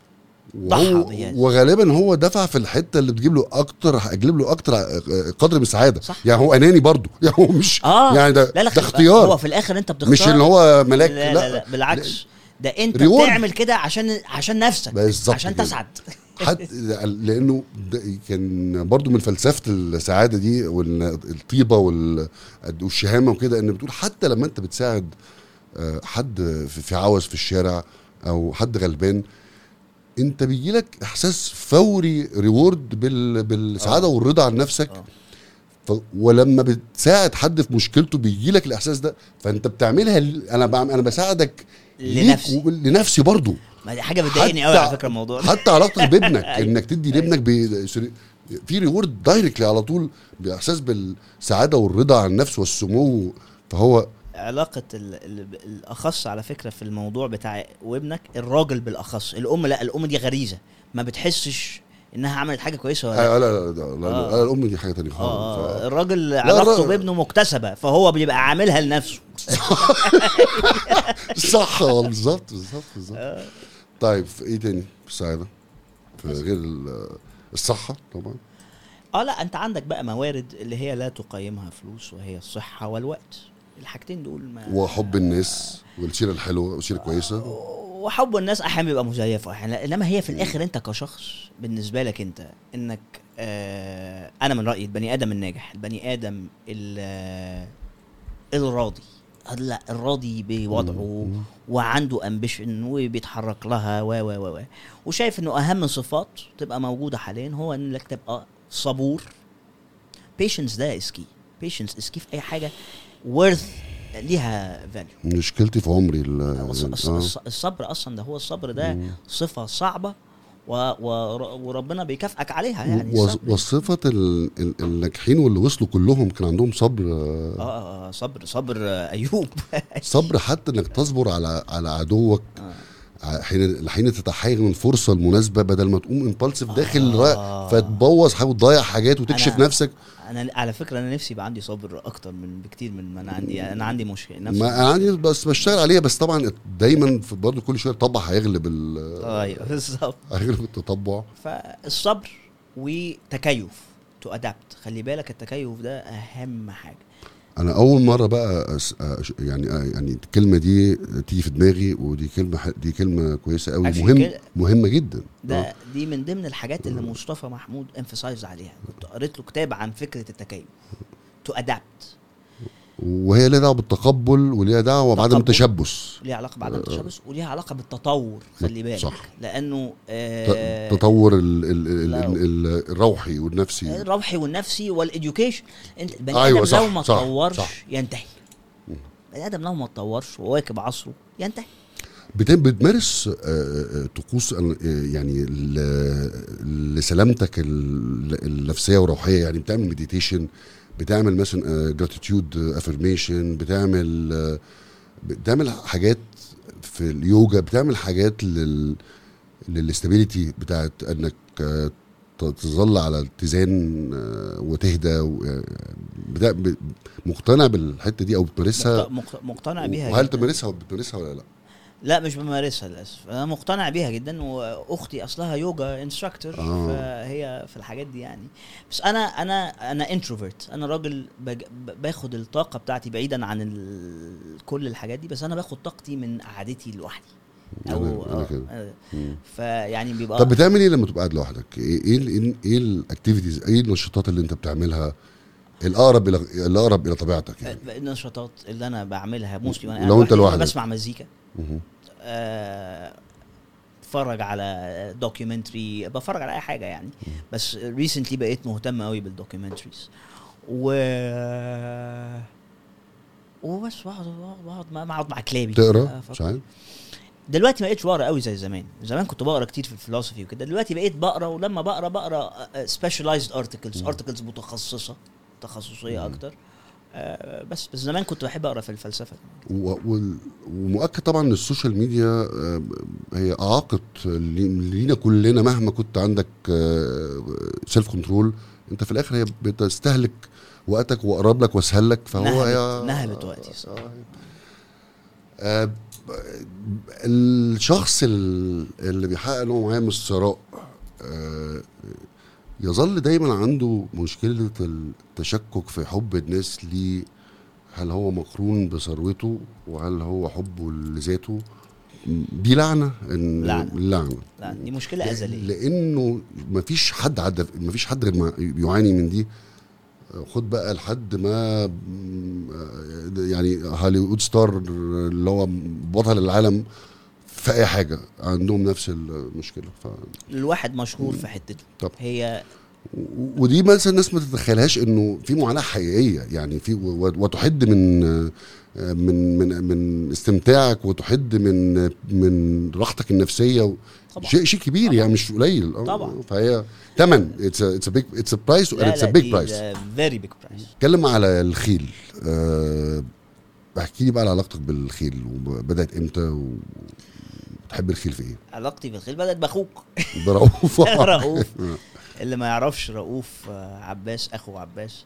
وغالبا هو دفع في الحته اللي بتجيب له اكتر، هتجيب له اكتر قدر من السعاده، صح. يعني هو اناني برضو، يعني هو مش يعني ده اختيار، هو في الاخر انت بتختار، مش اللي هو ملاك. لا بالعكس، ده انت بتعمل كده عشان نفسك، عشان تسعد. حتى لانه كان برضو من فلسفه السعاده دي والطيبه والشهامه وكده، ان بتقول حتى لما انت بتساعد حد في عوز في الشارع او حد غلبان، انت بيجيلك احساس فوري ريورد بالسعاده والرضا عن نفسك. ولما بتساعد حد في مشكلته بيجيلك الاحساس ده، فانت بتعملها. انا بساعدك لنفسي برضو. ما دي حاجه بتضايقني قوي على فكره الموضوع ده. حتى علاقتك بابنك انك تدي لابنك في ريورد دايركتلي على طول باحساس بالسعاده والرضا عن النفس والسمو. فهو علاقه الاخص على فكره في الموضوع بتاع وابنك، الراجل بالاخص. الام لا، الام دي غريزه، ما بتحسش انها عملت حاجه كويسه ولا لا. الام دي حاجه تانية خالص. الراجل علاقته بابنه مكتسبه، فهو بيبقى عاملها لنفسه. صح، بالظبط. طيب في ايه تاني في السعاده في غير الصحه طبعا؟ لا انت عندك بقى موارد اللي هي لا تقيمها فلوس، وهي الصحه والوقت. الحاجتين دول وحب الناس والسيره الحلوه والسيره كويسه، وحب الناس احيانا بيبقى مزيف احيانا، انما هي في الاخر انت كشخص بالنسبه لك انت انك انا من رايي البني ادم الناجح، البني ادم الراضي، لا الراضي بوضعه وعنده امبيشن وبيتحرك لها و وشايف انه اهم صفات تبقى موجوده حاليا هو انك تبقى صبور. patience ده اسكي، patience اسكي في اي حاجه worth ليها value. مشكلتي في عمري الصبر اصلا ده هو الصبر ده صفه صعبه وربنا بيكافئك عليها يعني. والصفه الناجحين واللي وصلوا كلهم كان عندهم صبر. صبر ايوب صبر حتى انك تصبر على عدوك حين تتحين من الفرصه المناسبه، بدل ما تقوم امبالسيف داخل فتبوظ حاجه وتضيع حاجات وتكشف نفسك. انا على فكره انا نفسي يبقى عندي صبر اكتر من بكتير من ما انا عندي. انا عندي مشكله نفسي، ما انا عندي بس بشتغل عليها، بس طبعا دايما برضه كل شويه الطبع هيغلب ايوه بالظبط، هيغلب التطبع. فالصبر وتكيف تو ادابت، خلي بالك التكيف ده اهم حاجه. انا اول مره بقى يعني الكلمه دي تيجي في دماغي، ودي كلمه كويسه قوي، مهمه جدا. دي من ضمن الحاجات اللي مصطفى محمود امفسايز عليها. كنت قريت له كتاب عن فكره التكيف تو ادابت، وهي ليها دعوه بالتقبل وليها دعوه بعدم التشبث، ليها علاقه بعدم التشبث وليها علاقه بالتطور. خلي بالك صح. لانه تطور الروحي والنفسي، الروحي والنفسي والاديوكيشن. البني أيوة ادم لو ما تطورش ينتهي. البني ادم لو ما تطورش وواكب عصره ينتهي. بتمارس طقوس يعني لسلامتك النفسيه والروحيه، يعني بتعمل مديتيشن، بتعمل مثلا جراتيتيود افرميشن، بتعمل حاجات في اليوجا، بتعمل حاجات للاستابيليتي بتاعت انك تظل على اتزان وتهدى. مقتنع بالحته دي او بتمارسها؟ مقتنع بيها. وهل تمارسها ولا لا؟ لا مش بمارسها للاسف. انا مقتنع بيها جدا، واختي اصلها يوجا انستراكتور فهي في الحاجات دي يعني. بس انا انتروفيرت، انا راجل باخد الطاقه بتاعتي بعيدا عن كل الحاجات دي، بس انا باخد طاقتي من قعدتي لوحدي او فيعني بيبقى. طب بتعمل ايه لما تبقى قاعد لوحدك؟ ايه الاكتيفيتيز، ايه النشاطات اللي انت بتعملها الاقرب الى طبيعتك يعني؟ النشاطات اللي انا بعملها موسلي وانا لو انت لوحدك بسمع مزيكا، اتفرج على دوكيومنتري، بفرج على اي حاجه يعني. بس ريسنتلي بقيت مهتم قوي بالدوكيومنتريز وبس بقعد مع كلابي تقرا. صحيح دلوقتي ما بقيتش بقرا قوي زي زمان كنت بقرا كتير في الفلسفي وكده. دلوقتي بقيت بقرا، ولما بقرا specialized articles تخصصيه اكتر. بس زمان كنت بحب اقرا في الفلسفه. ومؤكد طبعا ان السوشيال ميديا هي اعاقت لينا كلنا، مهما كنت عندك سيلف كنترول، انت في الاخر هي بتستهلك وقتك واقرب لك واسهل لك. فهو نهبت وقتي. الشخص اللي بيحقق له معاه من الثراء يظل دايما عنده مشكلة التشكك في حب الناس ليه. هل هو مقرون بثروته، وهل هو حبه لذاته؟ دي لعنة. دي مشكلة أزلية، لأنه مفيش حد غير يعاني من دي. خد بقى لحد ما يعني هوليوود ستار اللي هو بطل العالم في اي حاجه عندهم نفس المشكله. الواحد مشهور في حتته. طب هي ودي مثلا الناس ما تتخيلهاش انه في معاناه حقيقيه يعني، في وتحد من استمتاعك، وتحد من راحتك النفسيه. شيء كبير يعني، مش قليل طبعا. فهي ثمن. اتس ا برايس and it's a big price. very big price. اتكلم على الخيل. احكي لي بقى على علاقتك بالخيل، وبدات امتى، وتحب الخيل في ايه؟ علاقتي بالخيل بدات باخوك برؤوف. رؤوف. اللي ما يعرفش رؤوف عباس، اخو عباس،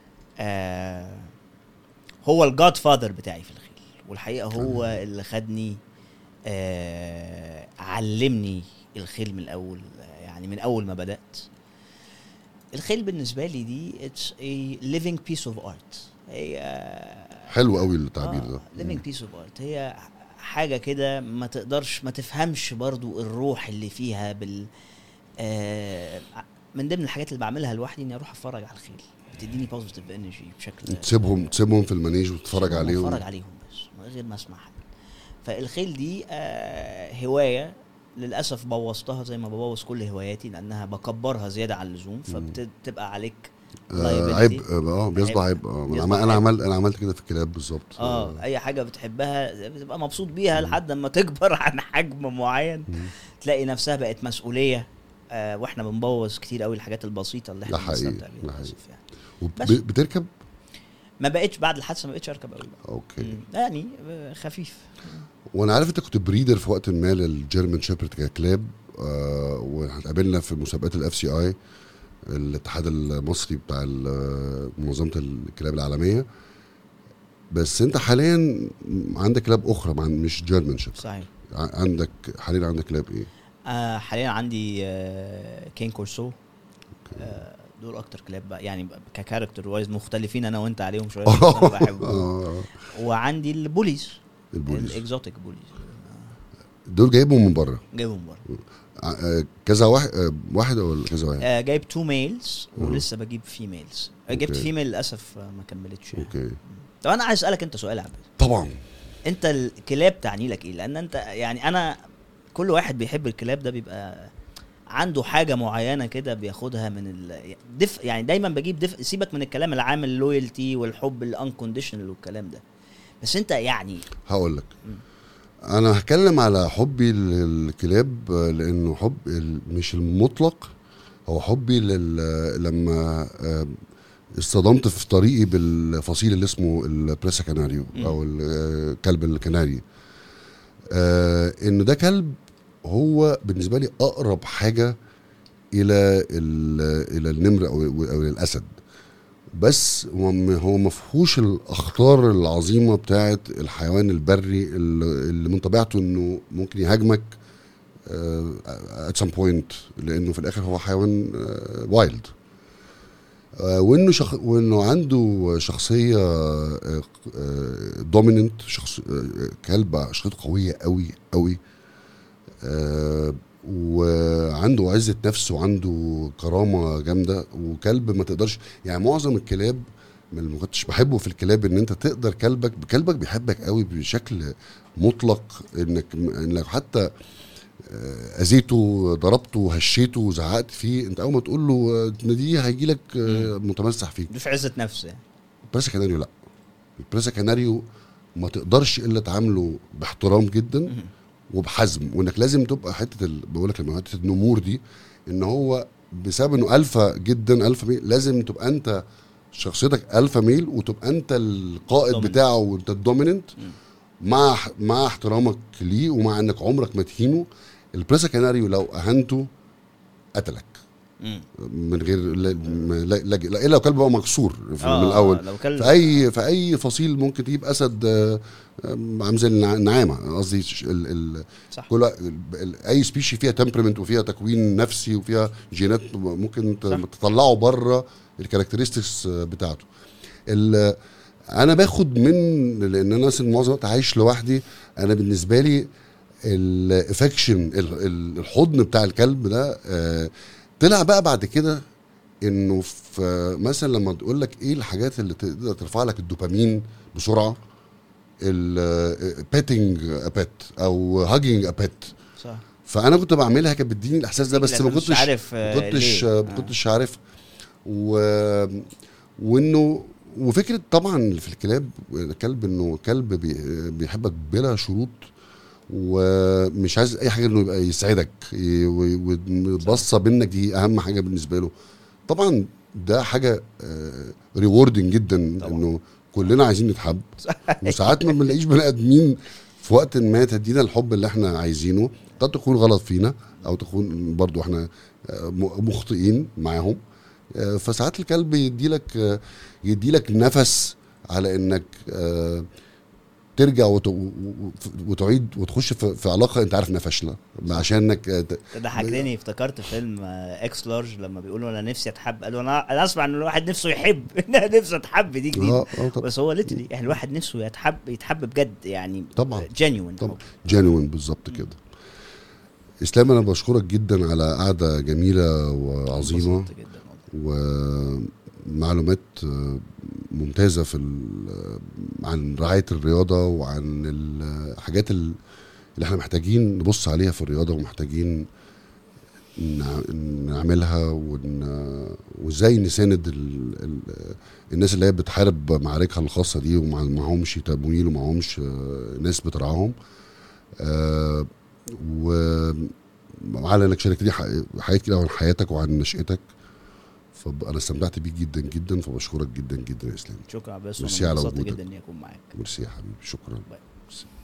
هو الجاد فاذر بتاعي في الخيل. والحقيقه هو اللي خدني علمني الخيل من الاول، يعني من اول ما بدات. الخيل بالنسبه لي دي it's a living piece of art. هي حلو قوي التعبير ده. living piece of art. هي حاجه كده ما تقدرش ما تفهمش برضو الروح اللي فيها من ضمن الحاجات اللي بعملها لوحدي اني اروح اتفرج على الخيل، بتديني بوزيتيف انرجي بشكل تسيبهم في المانيج وتتفرج عليهم، اتفرج عليهم بس من غير ما اسمع حاجه. فالخيل دي هوايه للاسف بوظتها زي ما ببوظ كل هواياتي، لانها بكبرها زياده عن اللزوم، فبتبقى عليك عيب. بيصبح عيب. انا عملت كده في الكلاب بالظبط. اي حاجه بتحبها بتبقى مبسوط بيها لحد ما تكبر عن حجم معين تلاقي نفسها بقت مسؤوليه. واحنا بنبوظ كتير قوي الحاجات البسيطه اللي احنا بنستمتع بيها للاسف يعني. بتركب؟ ما بقتش بعد الحادثه، ما بقتش اركب قوي بقى. اوكي. يعني خفيف. وانا عارف انت كنت بريدر في وقت ما للجيرمان شيبرد ككلاب، وهتقابلنا في مسابقات الاف سي اي، الاتحاد المصري بتاع منظمه الكلاب العالميه. بس انت حاليا عندك كلاب اخرى مش جيرمان شيبرد. صحيح. حاليا عندك كلاب ايه؟ حاليا عندي كين كورسو. دول اكتر كلاب بقى يعني ككاركتر وايز مختلفين انا وانت عليهم شويه، بس انا بحبهم. وعندي البوليز الاكزوتيك بوليز، دول جايبهم من بره؟ جايبهم من بره. كذا واحد ولا كذا واحد؟ جايب 2 ميلز ولسه بجيب فيميلز. جبت فيميل للاسف ما كملتش يعني. اوكي. طب انا عايز اسالك انت سؤال عبد. طبعا. انت الكلاب تعني لك ايه؟ لان انت يعني انا كل واحد بيحب الكلاب ده بيبقى عنده حاجه معينه كده بياخدها من يعني دايما بجيب سيبك من الكلام العام اللويالتي والحب الانكونديشنال والكلام ده، بس انت يعني هقول لك انا هتكلم على حبي للكلاب، لانه حب مش المطلق، هو حبي لما اصطدمت في طريقي بالفصيل اللي اسمه البريسا كاناريو او الكلب الكناري. انه ده كلب هو بالنسبه لي اقرب حاجه الى النمر او الاسد، بس هو ما فيهوش الاخطار العظيمه بتاعه الحيوان البري اللي من طبيعته انه ممكن يهاجمك at some point، لانه في الاخر هو حيوان وايلد. وانه عنده شخصيه دوميننت، كلب شخصيته قويه قوي قوي، وعنده عزة نفس وعنده كرامة جامدة، وكلب ما تقدرش يعني معظم الكلاب من اللي ما كنتش بحبه في الكلاب ان انت تقدر كلبك بيحبك قوي بشكل مطلق، انك حتى اذيته ضربته هشيته زعقت فيه، انت اول ما تقول له تناديه هيجي لك متمسح فيك. مش عزة نفس يعني. البريسا كاناريو لا، البريسا كاناريو ما تقدرش الا تعامله باحترام جدا وبحزم، وانك لازم تبقى بقول لك لما حته النمور دي، ان هو بسبب انه الفا جدا الفا ميل، لازم تبقى انت شخصيتك الفا ميل وتبقى انت القائد بتاعه وانت الدوميننت، مع احترامك ليه ومع انك عمرك ما تهينه. البريسا كاناريو لو اهنته قتلك من غير لا الا لو كلب بقى مكسور من الاول. في اي فصيل ممكن تجيب اسد عامل زي النعامه، قصدي كل اي سبيشي فيها تمبرمنت وفيها تكوين نفسي وفيها جينات ممكن تطلعه بره الكاركترستكس بتاعته. انا باخد لان انا معظم الوقت عايش لوحدي، انا بالنسبه لي الافكشن الحضن بتاع الكلب ده طلع بقى بعد كده انه في مثلا لما تقول لك ايه الحاجات اللي تقدر ترفع لك الدوبامين بسرعه، البيتنج ابيت او هاجينج ابيت. صح. فانا كنت بعملها كانت بتديني الاحساس ده، بس ما كنتش عارف وانه وفكره طبعا في الكلاب انه كلب بيحبك بلا شروط ومش عايز اي حاجه انه يبقى يسعدك وبصه منك، دي اهم حاجه بالنسبه له. طبعا ده حاجه ريوردنج جدا طبعا. انه كلنا عايزين نتحب، وساعات ما بنلاقيش بني ادمين في وقت ما تدينا الحب اللي احنا عايزينه، قد تكون غلط فينا او تكون برضو احنا مخطئين معاهم. فساعات الكلب يديلك نفس على انك ترجع وتعيد وتخش في علاقه انت عارف انها فاشله عشان انك ضحكتني. افتكرت فيلم اكس لارج لما بيقولوا انا نفسي اتحب، قالوا انا اسمع ان الواحد نفسه يحب نفسه اتحب دي جديد. بس هو ليتلي الواحد نفسه يتحب بجد يعني. طبعا جينيوين جينيوين بالظبط كده. اسلام انا بشكرك جدا على قعده جميله وعظيمه ومعلومات ممتازه عن رعايه الرياضه وعن الحاجات اللي احنا محتاجين نبص عليها في الرياضه ومحتاجين نعملها وازاي نساند الناس اللي هي بتحارب معاركها الخاصه دي ومعهمش تمويل ومعهمش ناس بترعاهم. وعلى انك شاركتني حاجات كده عن حياتك وعن نشأتك، فانا استمتعت بيك جدا جدا، فبشكرك جدا جدا يا اسلام. شكرا بس ميرسي على وجودك وجودك جدا اني اكون معاك. ميرسي يا حبيبي، شكرا.